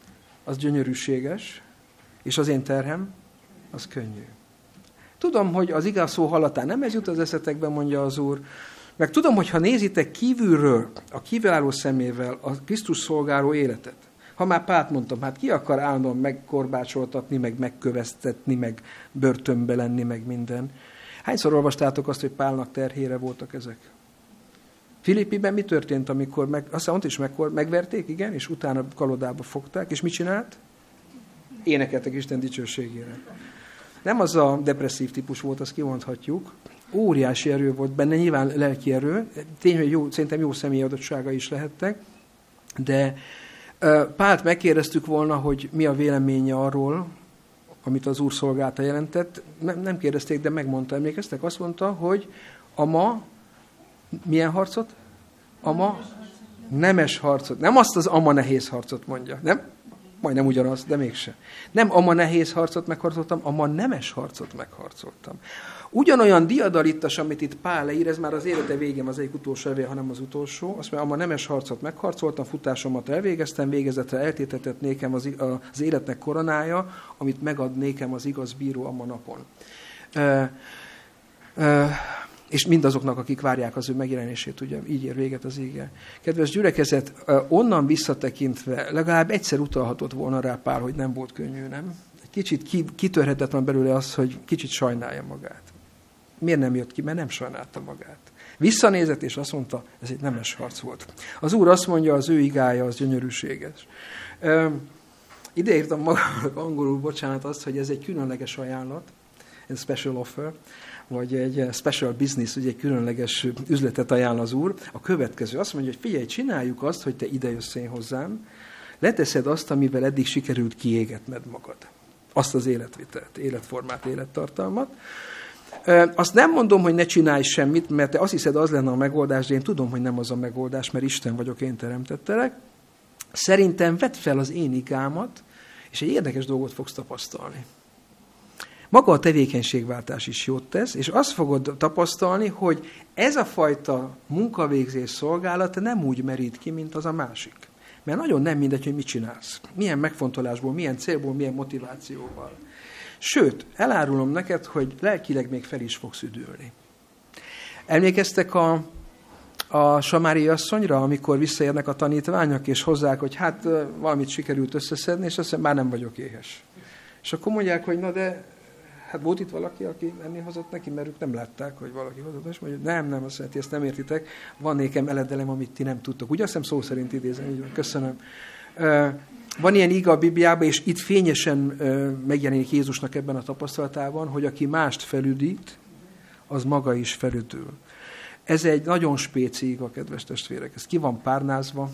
az gyönyörűséges, és az én terhem, az könnyű. Tudom, hogy az igaz szó hallatán nem ez jut az eszetekben, mondja az Úr, meg tudom, hogy ha nézitek kívülről, a kívülálló szemével a Krisztus szolgáló életet, ha már Pált mondtam, hát ki akar állandóan megkorbácsoltatni, meg megköveztetni, meg börtönbe lenni, meg minden. Hányszor olvastátok azt, hogy Pálnak terhére voltak ezek? Filippiben mi történt, amikor meg, azt mondta is megkor, megverték, igen, és utána kalodába fogták, és mit csinált? Énekeltek Isten dicsőségére. Nem az a depresszív típus volt, azt kimondhatjuk. Óriási erő volt benne, nyilván lelki erő. Tényleg jó, szerintem jó személyi adottsága is lehettek. De Pált megkérdeztük volna, hogy mi a véleménye arról, amit az Úr szolgálta jelentett. Nem, nem kérdezték, de megmondta, emlékeztek? Azt mondta, hogy a ma milyen harcot? A ma nemes harcot. Nem azt az ama nehéz harcot mondja. Nem? Majdnem ugyanaz, de mégse. Nem ama nehéz harcot megharcoltam, ama nemes harcot megharcoltam. Ugyanolyan diadalittas, amit itt Pál leír, ez már az élete végén az egyik utolsó levél, hanem az utolsó. Azt mondja, ama nemes harcot megharcoltam, futásomat elvégeztem, végezetre eltétetett nékem az, az életnek koronája, amit megad nékem az igaz bíró ama napon. Uh, uh, és mindazoknak, akik várják az ő megjelenését, ugye így ér véget az íge. Kedves gyülekezet, onnan visszatekintve legalább egyszer utalhatott volna rá Pál, hogy nem volt könnyű, nem? Egy kicsit kitörhetetlen belőle az, hogy kicsit sajnálja magát. Miért nem jött ki? Mert nem sajnálta magát. Visszanézett, és azt mondta, ez egy nemes harc volt. Az Úr azt mondja, az ő igája az gyönyörűséges. Ide írtam magamnak angolul, bocsánat, azt, hogy ez egy különleges ajánlat, egy special offer, vagy egy special business, ugye egy különleges üzletet ajánl az Úr. A következő azt mondja, hogy figyelj, csináljuk azt, hogy te ide jössz én hozzám, leteszed azt, amivel eddig sikerült kiégetned magad. Azt az életvitelt, életformát, élettartalmat. Azt nem mondom, hogy ne csinálj semmit, mert te azt hiszed, az lenne a megoldás, de én tudom, hogy nem az a megoldás, mert Isten vagyok, én teremtettelek. Szerintem vedd fel az én igámat, és egy érdekes dolgot fogsz tapasztalni. Maga a tevékenységváltás is jót tesz, és azt fogod tapasztalni, hogy ez a fajta munkavégzés szolgálat nem úgy merít ki, mint az a másik. Mert nagyon nem mindegy, hogy mit csinálsz. Milyen megfontolásból, milyen célból, milyen motivációval. Sőt, elárulom neked, hogy lelkileg még fel is fogsz üdülni. Emlékeztek a, a samári asszonyra, amikor visszaérnek a tanítványok, és hozzák, hogy hát valamit sikerült összeszedni, és azt mondja, már nem vagyok éhes. És akkor mondják, hogy na de, hát volt itt valaki, aki enni hozott neki, mert ők nem látták, hogy valaki hozott, és mondja, nem, nem, azt mondja, ezt nem értitek, van nékem eledelem, amit ti nem tudtok. Ugye azt hiszem szó szerint idézem, így van, köszönöm. Van ilyen iga a Bibliában, és itt fényesen megjelenik Jézusnak ebben a tapasztalatában, hogy aki mást felüdít, az maga is felüdül. Ez egy nagyon spéci iga, kedves testvérek. Ez ki van párnázva,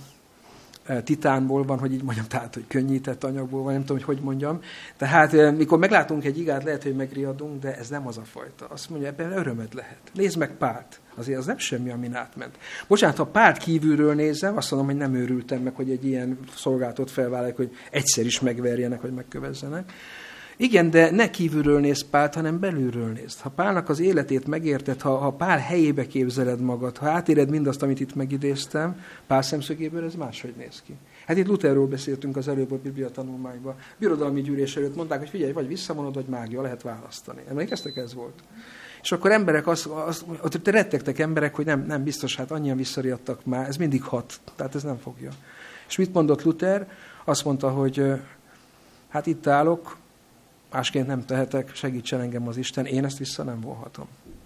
titánból van, hogy így mondjam, tehát, hogy könnyített anyagból van, nem tudom, hogy hogy mondjam. Tehát, mikor meglátunk egy igát, lehet, hogy megriadunk, de ez nem az a fajta. Azt mondja, ebben örömed lehet. Nézd meg Pált. Azért az nem semmi, amin átment. Bocsánat, ha Pált kívülről nézem, azt mondom, hogy nem őrültem meg, hogy egy ilyen szolgálatot felvállalják, hogy egyszer is megverjenek, vagy megkövezzenek. Igen, de ne kívülről nézd Pált, hanem belülről nézd. Ha Pálnak az életét megérted, ha, ha Pál helyébe képzeled magad, ha átéled mindazt, amit itt megidéztem, Pál szemszögéből ez máshogy néz ki. Hát itt Lutherről beszéltünk az előbb a Biblia tanulmányban. Birodalmi gyűlés előtt mondták, hogy figyelj, vagy visszavonod, vagy mágia, lehet választani. Emlékeztek, ez volt? És akkor emberek, azt, azt, ott rettegtek emberek, hogy nem, nem biztos, hát annyian visszariadtak már, ez mindig hat, tehát ez nem fogja. És mit mondott Luther? Azt mondta, hogy hát itt állok, másként nem tehetek, segítsen engem az Isten, én ezt vissza nem vonhatom.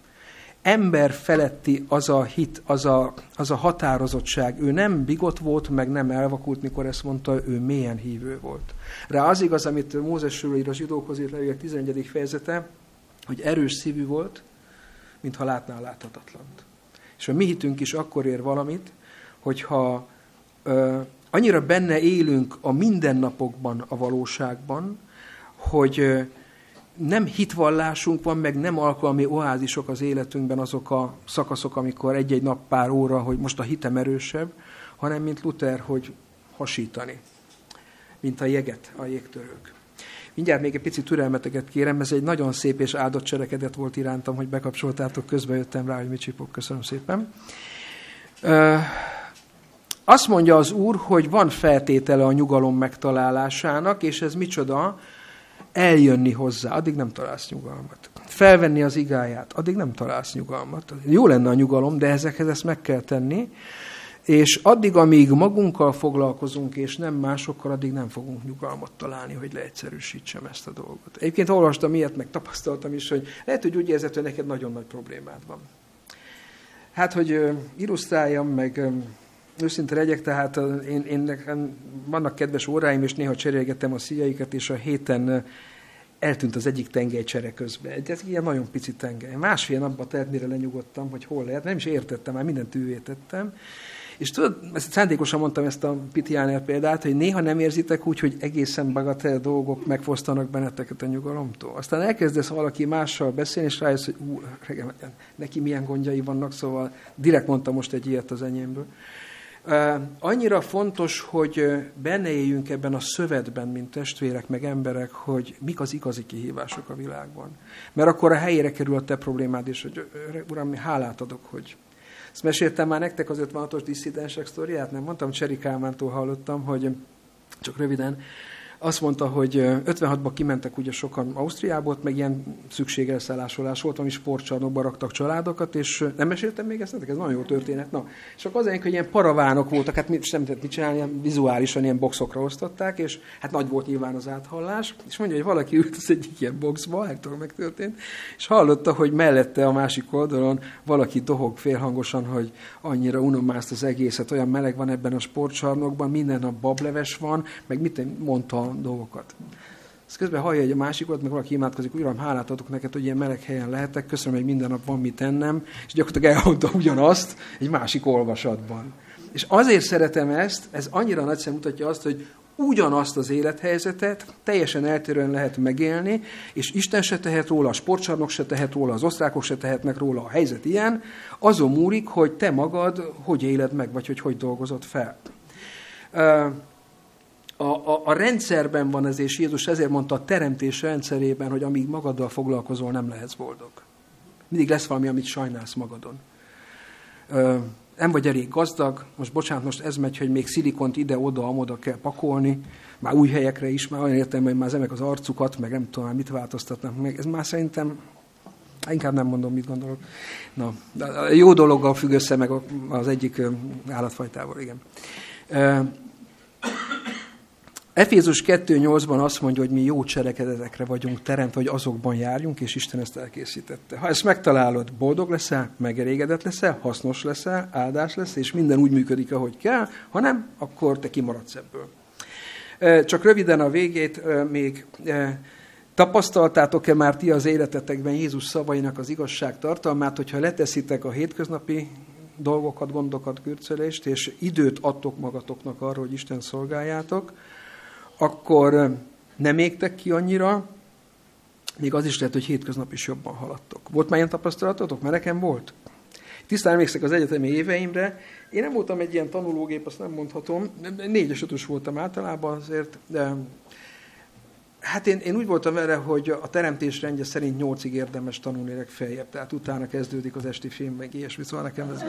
Ember feletti az a hit, az a, az a határozottság, ő nem bigott volt, meg nem elvakult, mikor ezt mondta, ő mélyen hívő volt. Rá az igaz, amit Mózesről ír a zsidókhoz írt levél tizenegyedik fejezete, hogy erős szívű volt, mintha látná a láthatatlant. És a mi hitünk is akkor ér valamit, hogyha ö, annyira benne élünk a mindennapokban, a valóságban, hogy ö, nem hitvallásunk van, meg nem alkalmi oázisok az életünkben, azok a szakaszok, amikor egy-egy nap pár óra, hogy most a hitem erősebb, hanem mint Luther, hogy hasítani, mint a jeget, a jégtörők. Mindjárt még egy picit türelmeteket kérem, ez egy nagyon szép és áldott cselekedet volt irántam, hogy bekapcsoltátok, közben jöttem rá, hogy mit csipok. Köszönöm szépen. Ö, azt mondja az Úr, hogy van feltétele a nyugalom megtalálásának, és ez micsoda? Eljönni hozzá, addig nem találsz nyugalmat. Felvenni az igáját, addig nem találsz nyugalmat. Jó lenne a nyugalom, de ezekhez ezt meg kell tenni, és addig, amíg magunkkal foglalkozunk, és nem másokkal, addig nem fogunk nyugalmat találni, hogy leegyszerűsítsem ezt a dolgot. Egyébként olvastam ilyet, meg tapasztaltam is, hogy lehet, hogy úgy érzed, hogy neked nagyon nagy problémád van. Hát, hogy uh, illusztráljam, meg um, őszinte legyek, tehát uh, én, én nekem vannak kedves óráim, és néha cserélgetem a szíjaikat, és a héten uh, eltűnt az egyik tengelycsere közben. Ez ilyen nagyon pici tengely. Másfél napba telt, mire lenyugodtam, hogy hol lehet. Nem is értettem, már mindent ővétettem. És tudod, ezt szándékosan mondtam ezt a Pitiáner példát, hogy néha nem érzitek úgy, hogy egészen bagatel dolgok megfosztanak benneteket a nyugalomtól. Aztán elkezdesz valaki mással beszélni, és rájössz, hogy ú, neki milyen gondjai vannak, szóval direkt mondtam most egy ilyet az enyémből. Uh, annyira fontos, hogy benne éljünk ebben a szövetben, mint testvérek, meg emberek, hogy mik az igazi kihívások a világban. Mert akkor a helyére kerül a te problémád, és hogy Uram, hálát adok, hogy... Ezt meséltem már nektek az ötvenhatos disszidensek sztoriát, nem mondtam, Cseri Kálmántól hallottam, hogy csak röviden, azt mondta, hogy ötvenhatban kimentek ugye sokan Ausztriából, meg ilyen szükségelszállásolás volt, ami sportcsarnokba raktak családokat, és nem meséltem még ezt nektek? Ez nagyon jó történet. Na, és akkor azért, hogy ilyen paravánok voltak, hát mit, nem tudott mit csinálni, ilyen vizuálisan ilyen boxokra osztották, és hát nagy volt nyilván az áthallás, és mondja, hogy valaki ült az egyik ilyen boxba, hát tudom, megtörtént, és hallotta, hogy mellette a másik oldalon valaki dohog félhangosan, hogy annyira unom már ezt az egészet, olyan meleg van ebben a sportcsarnokban, minden nap bableves van, meg mit mondta dolgokat. Ezt közben hallja egy a másikot, meg valaki imádkozik, Uram, hálát adok neked, hogy ilyen meleg helyen lehetek, köszönöm, hogy minden nap van mit ennem, és gyakorlatilag elmondta ugyanazt egy másik olvasatban. És azért szeretem ezt, ez annyira nagyszerűen mutatja azt, hogy ugyanazt az élethelyzetet teljesen eltérően lehet megélni, és Isten se tehet róla, a sportcsarnok se tehet róla, az osztrákok se tehetnek róla, a helyzet ilyen, azon múlik, hogy te magad hogy éled meg, vagy hogy hogy dolgozod fel. A, a, a rendszerben van ez, és Jézus ezért mondta a teremtés rendszerében, hogy amíg magaddal foglalkozol, nem lehetsz boldog. Mindig lesz valami, amit sajnálsz magadon. Ö, nem vagy elég gazdag, most bocsánat, most ez megy, hogy még szilikont ide-oda, amoda kell pakolni, már új helyekre is, már olyan értem, hogy már zemek az arcukat, meg nem tudom, mit változtatnak meg. Ez már szerintem, inkább nem mondom, mit gondolok. Na, a jó dologgal függ össze meg az egyik állatfajtával, igen. Ö, Efézus kettő nyolcban azt mondja, hogy mi jó cselekedetekre vagyunk teremtve, hogy azokban járjunk, és Isten ezt elkészítette. Ha ezt megtalálod, boldog leszel, megelégedett leszel, hasznos leszel, áldás lesz, és minden úgy működik, ahogy kell, ha nem, akkor te kimaradsz ebből. Csak röviden a végét még tapasztaltátok-e már ti az életetekben Jézus szavainak az igazság tartalmát, hogyha leteszitek a hétköznapi dolgokat, gondokat, kürcölést, és időt adtok magatoknak arra, hogy Isten szolgáljátok, akkor nem égtek ki annyira, még az is lehet, hogy hétköznap is jobban haladtok. Volt már ilyen tapasztalatotok? Mert nekem volt. Tisztán emlékszek az egyetemi éveimre. Én nem voltam egy ilyen tanulógép, azt nem mondhatom. Négyes, ötös voltam általában azért, de hát én, én úgy voltam vele, hogy a teremtés rendje szerint nyolcig érdemes tanulni legfeljebb, tehát utána kezdődik az esti film, meg ilyesmi, szóval nekem ez...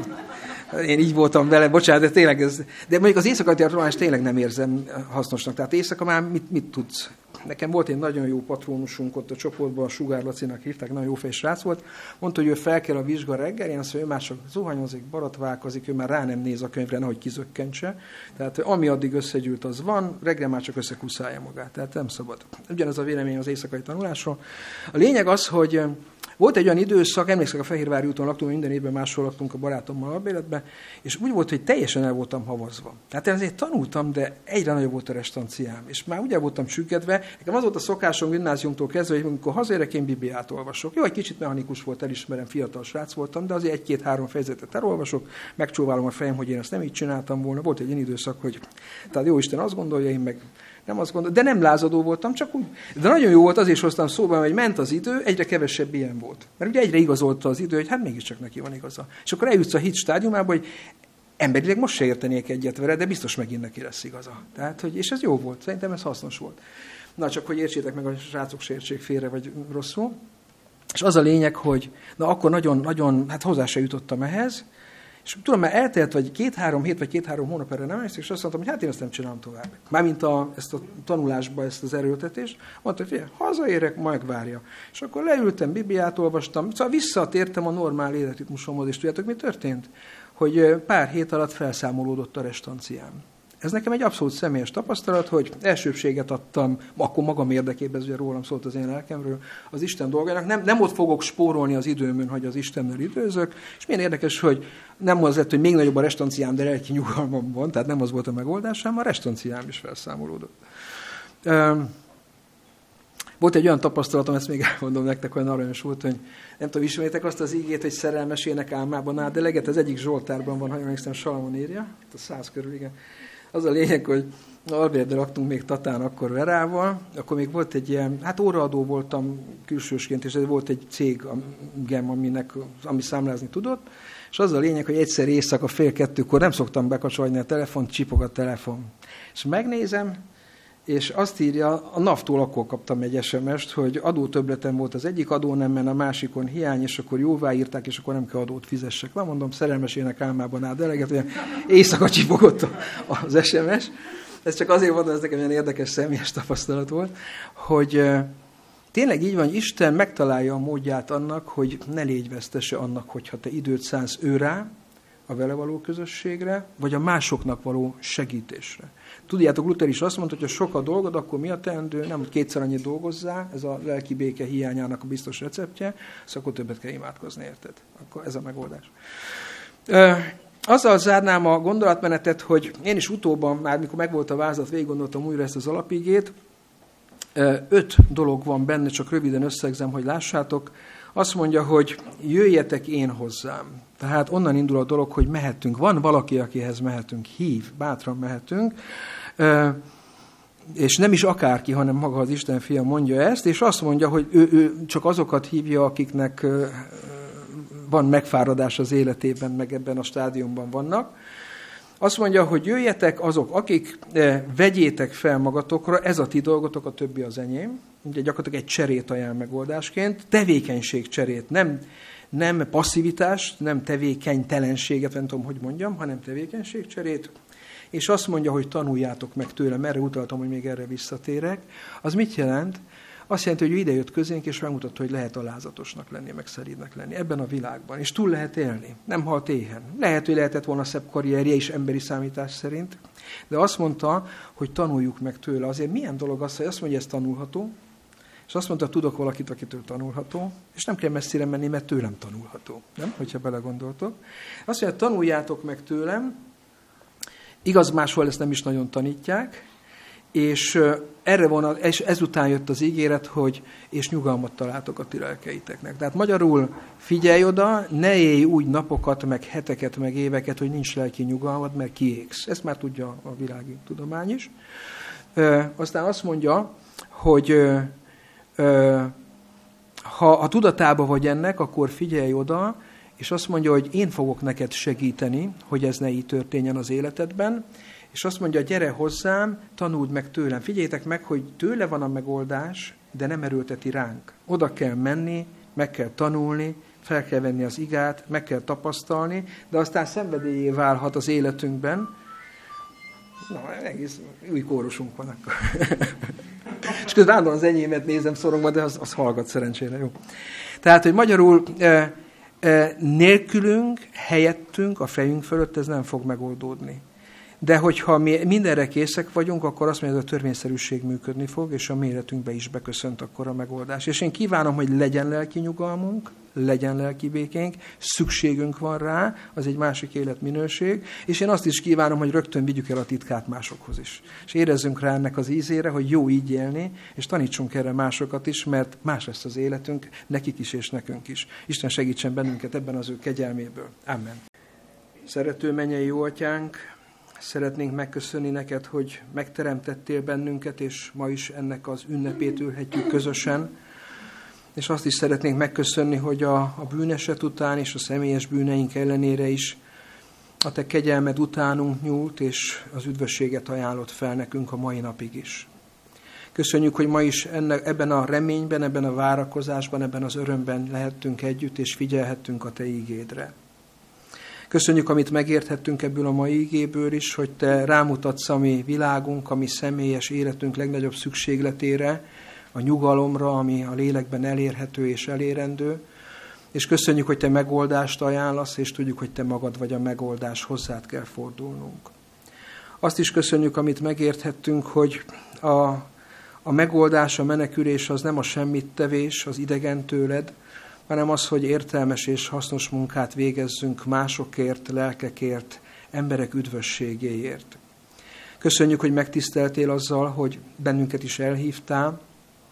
Én így voltam vele, bocsánat, de tényleg ez... De mondjuk az éjszakai tanulást tényleg nem érzem hasznosnak, tehát éjszaka már mit, mit tudsz? Nekem volt egy nagyon jó patrónusunk ott a csoportban, a Sugár Lacinak hívták, nagyon jó fej srác volt, mondta, hogy ő fel kell a vizsga reggel, én azt mondja, ő már csak zuhanyozik, baratválkozik, ő már rá nem néz a könyvre, nehogy kizökkentse. Tehát ami addig összegyűlt, az van, reggel már csak összekuszálja magát, tehát nem szabad. Ugyanez a vélemény az éjszakai tanulásról. A lényeg az, hogy volt egy olyan időszak, emlékszek, a Fehérvári úton laktunk, minden évben máshol laktunk a barátommal albéletben, és úgy volt, hogy teljesen el voltam havazva. Tehát én azért tanultam, de egyre nagyobb volt a restanciám, és már ugye voltam süggedve. Nekem az volt a szokásom gimnáziumtól kezdve, hogy amikor hazaérek, én Bibliát olvasok. Jó, egy kicsit mechanikus volt, elismerem, fiatal srác voltam, de azért egy-két-három fejezetet elolvasok, megcsóválom a fejem, hogy én ezt nem így csináltam volna. Volt egy ilyen időszak, hogy tehát jó Isten azt gondolja, én meg nem azt gondolom, de nem lázadó voltam, csak úgy. De nagyon jó volt, azért is hoztam szóban, hogy ment az idő, egyre kevesebb ilyen volt. Mert ugye egyre igazolta az idő, hogy hát mégiscsak neki van igaza. És akkor eljutsz a hit stádiumába, hogy emberileg most se értenék egyet vele, de biztos megint neki lesz igaza. Tehát, hogy, és ez jó volt, szerintem ez hasznos volt. Na, csak hogy értsétek meg, a srácok se értsék félre, vagy rosszul. És az a lényeg, hogy na akkor nagyon-nagyon, hát hozzá se jutottam ehhez, és tudom, már eltelt, vagy két-három hét, vagy két-három hónap erre nem emlékszik, és azt mondtam, hogy hát én ezt nem csinálom tovább. Mármint a, ezt a tanulásba, ezt az erőltetést. Mondta, hogy hazaérek, majd várja. És akkor leültem, Bibliát olvastam, szóval visszatértem a normál életritmusomhoz, és tudjátok, mi történt? Hogy pár hét alatt felszámolódott a restanciám. Ez nekem egy abszolút személyes tapasztalat, hogy elsőbséget adtam, akkor magam érdekében, ez ugye rólam szólt az én lelkemről, az Isten dolgának. Nem, nem ott fogok spórolni az időmön, hogy az Istennel időzök, és milyen érdekes, hogy nem az lett, hogy még nagyobb a restanciám, de lelki nyugalmam van, tehát nem az volt a megoldásom, a restanciám is felszámolódott. Volt Volt egy olyan tapasztalatom, ezt még elmondom nektek, olyan aranyos volt, hogy nem tudom, ismeritek azt az ígét, hogy szerelmes ének álmában áll, de leget az egyik Zsoltárban van, ha emlékszem, Salamon írja, itt a száz körül, igen. Az a lényeg, hogy Albérbe laktunk még Tatán akkor Verával, akkor még volt egy ilyen, hát óraadó voltam külsősként, és volt egy cégem, aminek, ami számlázni tudott, és az a lényeg, hogy egyszer éjszaka fél kettőkor nem szoktam bekapcsolni a telefont, csipog a telefon. És megnézem, és azt írja, a NAV-tól akkor kaptam egy es em est, hogy adótöbbletem volt az egyik adónemben, a másikon hiány, és akkor jóváírták, és akkor nem kell adót fizessek. Nem mondom, szerelmes ének álmában áll deleget, hogy éjszaka csipogott az es em es. Ez csak azért mondom, ez nekem ilyen érdekes személyes tapasztalat volt, hogy tényleg így van, Isten megtalálja a módját annak, hogy ne légy vesztese annak, hogyha te időt szánsz ő rá, a vele való közösségre, vagy a másoknak való segítésre. Tudjátok, Luther is azt mondta, hogy ha sok a dolgod, akkor mi a teendő? Nem, hogy kétszer annyit dolgozzál, ez a lelki béke hiányának a biztos receptje, szóval akkor többet kell imádkozni, érted? Akkor ez a megoldás. Azzal zárnám a gondolatmenetet, hogy én is utóbban, már mikor megvolt a vázlat, végig gondoltam újra ezt az alapigét. Öt dolog van benne, csak röviden összegzem, hogy lássátok. Azt mondja, hogy jöjjetek én hozzám. Tehát onnan indul a dolog, hogy mehetünk. Van valaki, akihez mehetünk. Hív, bátran mehetünk. És nem is akárki, hanem maga az Isten fia mondja ezt, és azt mondja, hogy ő, ő csak azokat hívja, akiknek van megfáradás az életében, meg ebben a stádiumban vannak. Azt mondja, hogy jöjjetek azok, akik vegyétek fel magatokra, ez a ti dolgotok, a többi az enyém. Ugye gyakorlatilag egy cserét ajánl megoldásként, tevékenység cserét, nem, nem passzivitást, nem tevékenytelenséget, nem tudom, hogy mondjam, hanem tevékenység cserét. És azt mondja, hogy tanuljátok meg tőlem, erre utaltam, hogy még erre visszatérek. Az mit jelent? Azt jelenti, hogy ő idejött közénk, és megmutatta, hogy lehet alázatosnak lenni, meg szelídnek lenni ebben a világban. És túl lehet élni. Nem halt éhen. Lehet, hogy lehetett volna szebb karrierje is emberi számítás szerint. De azt mondta, hogy tanuljuk meg tőle. Azért milyen dolog az, hogy azt mondja, ez tanulható, és azt mondta, tudok valakit, akitől tanulható, és nem kell messzire menni, mert tőlem tanulható. Nem? Hogyha belegondoltok. Azt mondja, tanuljátok meg tőlem. Igaz, máshol ezt nem is nagyon tanítják, és erre vonal, és ezután jött az ígéret, hogy és nyugalmat találtok a ti lelkeiteknek. Tehát magyarul figyelj oda, ne élj úgy napokat, meg heteket, meg éveket, hogy nincs lelki nyugalmad, mert kiégsz. Ezt már tudja a világi tudomány is. E, aztán azt mondja, hogy e, e, ha a tudatában vagy ennek, akkor figyelj oda, és azt mondja, hogy én fogok neked segíteni, hogy ez ne így történjen az életedben, és azt mondja, gyere hozzám, tanuld meg tőlem. Figyeljétek meg, hogy tőle van a megoldás, de nem erőlteti ránk. Oda kell menni, meg kell tanulni, fel kell venni az igát, meg kell tapasztalni, de aztán szenvedélyé válhat az életünkben. Na, egész új kórusunk van akkor. És közben állandóan az enyémet nézem szorongva, de az, az hallgat szerencsére, jó. Tehát, hogy magyarul eh, eh, nélkülünk, helyettünk, a fejünk fölött ez nem fog megoldódni. De hogyha mi mindenre készek vagyunk, akkor azt mondja, hogy a törvényszerűség működni fog, és a méretünkbe is beköszönt akkor a megoldás. És én kívánom, hogy legyen lelki nyugalmunk, legyen lelki békénk, szükségünk van rá, az egy másik életminőség, és én azt is kívánom, hogy rögtön vigyük el a titkát másokhoz is. És érezzünk rá ennek az ízére, hogy jó így élni, és tanítsunk erre másokat is, mert más lesz az életünk, nekik is és nekünk is. Isten segítsen bennünket ebben az ő kegyelméből. Amen. Szerető mennyei jó atyánk, szeretnénk megköszönni neked, hogy megteremtettél bennünket, és ma is ennek az ünnepét ülhetjük közösen. És azt is szeretnénk megköszönni, hogy a, a bűneset után és a személyes bűneink ellenére is a te kegyelmed utánunk nyúlt, és az üdvösséget ajánlott fel nekünk a mai napig is. Köszönjük, hogy ma is ennek, ebben a reményben, ebben a várakozásban, ebben az örömben lehettünk együtt, és figyelhettünk a te ígédre. Köszönjük, amit megérthettünk ebből a mai ígéből is, hogy te rámutatsz a mi világunk, a mi személyes életünk legnagyobb szükségletére, a nyugalomra, ami a lélekben elérhető és elérendő. És köszönjük, hogy te megoldást ajánlasz, és tudjuk, hogy te magad vagy a megoldás, hozzád kell fordulnunk. Azt is köszönjük, amit megérthettünk, hogy a, a megoldás, a menekülés az nem a semmit tevés, az idegen tőled, hanem az, hogy értelmes és hasznos munkát végezzünk másokért, lelkekért, emberek üdvösségéért. Köszönjük, hogy megtiszteltél azzal, hogy bennünket is elhívtál,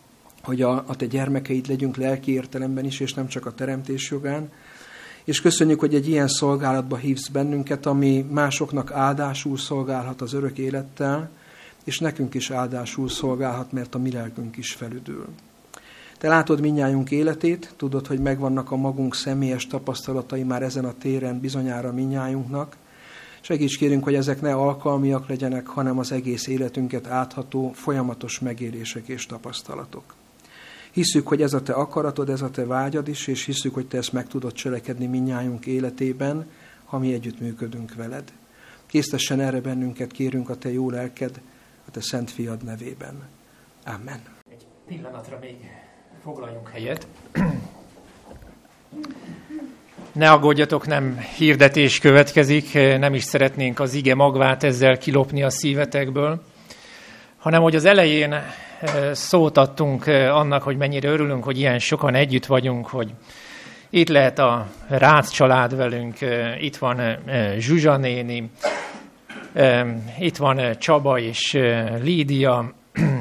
hogy a, a te gyermekeid legyünk lelki értelemben is, és nem csak a teremtés jogán. És köszönjük, hogy egy ilyen szolgálatba hívsz bennünket, ami másoknak áldásul szolgálhat az örök élettel, és nekünk is áldásul szolgálhat, mert a mi lelkünk is felüdül. Te látod mindnyájunk életét, tudod, hogy megvannak a magunk személyes tapasztalatai már ezen a téren bizonyára mindnyájunknak. Segíts kérünk, hogy ezek ne alkalmiak legyenek, hanem az egész életünket átható, folyamatos megélések és tapasztalatok. Hisszük, hogy ez a te akaratod, ez a te vágyad is, és hisszük, hogy te ezt meg tudod cselekedni mindnyájunk életében, ha mi együttműködünk veled. Késztessen erre bennünket, kérünk a te jó lelked, a te szent fiad nevében. Amen.
Egy pillanatra még foglaljunk helyet. Ne aggódjatok, nem hirdetés következik, nem is szeretnénk az ige magvát ezzel kilopni a szívetekből, hanem hogy az elején szót adtunk annak, hogy mennyire örülünk, hogy ilyen sokan együtt vagyunk, hogy itt lehet a Rácz család velünk, itt van Zsuzsa néni, itt van Csaba és Lídia,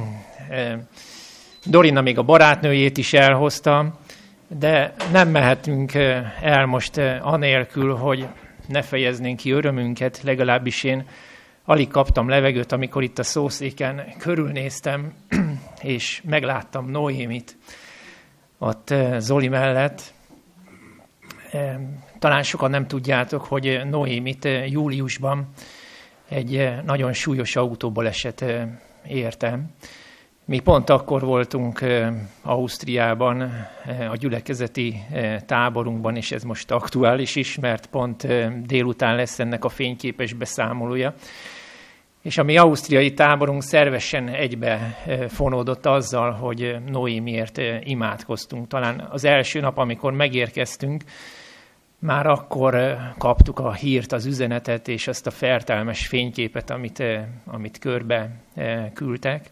Dorina még a barátnőjét is elhozta, de nem mehetünk el most anélkül, hogy ne fejeznénk ki örömünket, legalábbis én alig kaptam levegőt, amikor itt a szószéken körülnéztem, és megláttam Noémit ott Zoli mellett. Talán sokan nem tudjátok, hogy Noémit júliusban egy nagyon súlyos autóbaleset érte. Mi pont akkor voltunk Ausztriában, a gyülekezeti táborunkban, és ez most aktuális is, mert pont délután lesz ennek a fényképes beszámolója. És a mi ausztriai táborunk szervesen egybe fonódott azzal, hogy Noémiért imádkoztunk. Talán az első nap, amikor megérkeztünk, már akkor kaptuk a hírt, az üzenetet és azt a fertelmes fényképet, amit, amit körbe küldtek.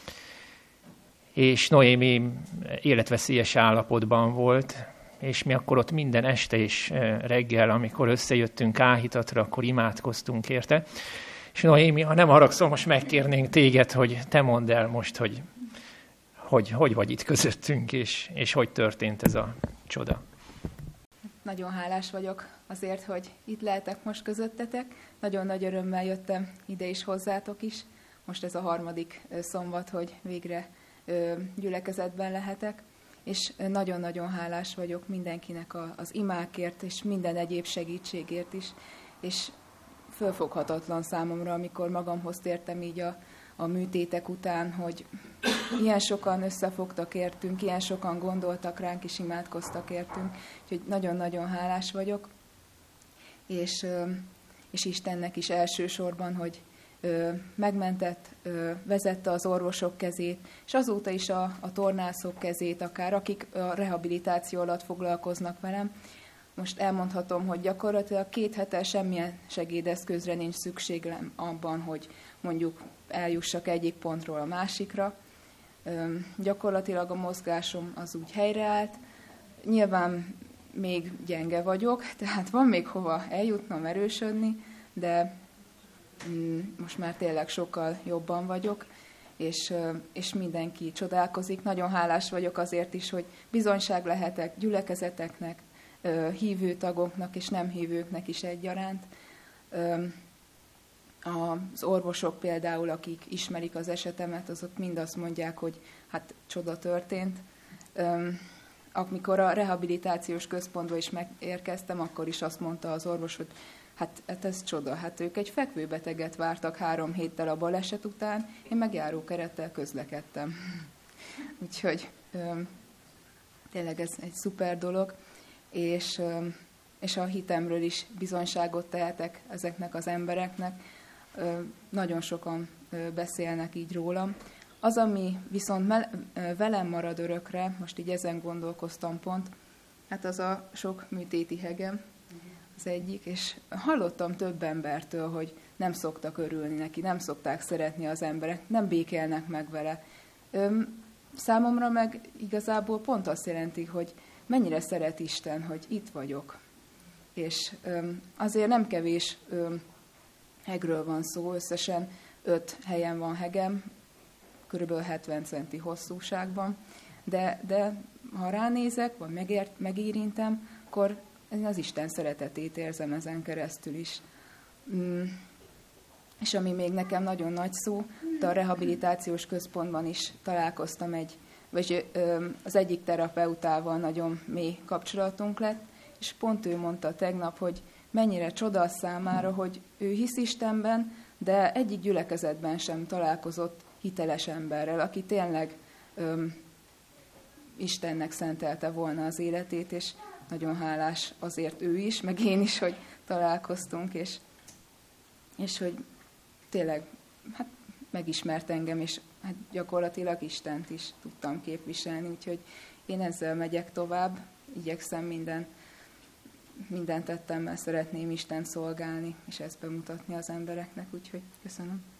És Noémi életveszélyes állapotban volt, és mi akkor ott minden este és reggel, amikor összejöttünk Áhítatra, akkor imádkoztunk érte. És Noémi, ha nem haragszol, most megkérnénk téged, hogy te mondd el most, hogy hogy, hogy vagy itt közöttünk, és, és hogy történt ez a csoda.
Nagyon hálás vagyok azért, hogy itt lehetek most közöttetek. Nagyon nagy örömmel jöttem ide is hozzátok is. Most ez a harmadik szombat, hogy végre gyülekezetben lehetek, és nagyon-nagyon hálás vagyok mindenkinek az imákért, és minden egyéb segítségért is, és fölfoghatatlan számomra, amikor magamhoz tértem így a, a műtétek után, hogy ilyen sokan összefogtak értünk, ilyen sokan gondoltak ránk, és imádkoztak értünk, úgyhogy nagyon-nagyon hálás vagyok, és, és Istennek is elsősorban, hogy megmentett, vezette az orvosok kezét, és azóta is a, a tornászok kezét akár, akik a rehabilitáció alatt foglalkoznak velem. Most elmondhatom, hogy gyakorlatilag két hete semmilyen segédeszközre nincs szükségem abban, hogy mondjuk eljussak egyik pontról a másikra. Gyakorlatilag a mozgásom az úgy helyreállt. Nyilván még gyenge vagyok, tehát van még hova eljutnom, erősödni, de most már tényleg sokkal jobban vagyok, és, és mindenki csodálkozik. Nagyon hálás vagyok azért is, hogy bizonyság lehetek gyülekezeteknek, hívő tagoknak és nem hívőknek is egyaránt. Az orvosok például, akik ismerik az esetemet, azok mind azt mondják, hogy hát csoda történt. Amikor a rehabilitációs központba is megérkeztem, akkor is azt mondta az orvos, hogy Hát, hát ez csoda, hát ők egy fekvőbeteget vártak három héttel a baleset után, én meg járókerettel közlekedtem. Úgyhogy ö, tényleg ez egy szuper dolog, és, ö, és a hitemről is bizonyságot tehetek ezeknek az embereknek. Ö, nagyon sokan ö, beszélnek így rólam. Az, ami viszont me- ö, velem marad örökre, most így ezen gondolkoztam pont, hát az a sok műtéti hegem, az egyik, és hallottam több embertől, hogy nem szoktak örülni neki, nem szokták szeretni az emberek, nem békélnek meg vele. Öm, számomra meg igazából pont azt jelenti, hogy mennyire szeret Isten, hogy itt vagyok. És öm, azért nem kevés öm, hegről van szó, összesen öt helyen van hegem, körülbelül hetven centi hosszúságban. de, de ha ránézek, vagy megért, megérintem, akkor az Isten szeretetét érzem ezen keresztül is. Mm. És ami még nekem nagyon nagy szó, de a rehabilitációs központban is találkoztam egy, vagy az egyik terapeutával nagyon mély kapcsolatunk lett, és pont ő mondta tegnap, hogy mennyire csoda számára, hogy ő hisz Istenben, de egyik gyülekezetben sem találkozott hiteles emberrel, aki tényleg öm, Istennek szentelte volna az életét, és nagyon hálás azért ő is, meg én is, hogy találkoztunk, és, és hogy tényleg hát megismert engem, és hát gyakorlatilag Istent is tudtam képviselni, úgyhogy én ezzel megyek tovább, igyekszem minden, minden tettemmel szeretném Istent szolgálni, és ezt bemutatni az embereknek, úgyhogy köszönöm.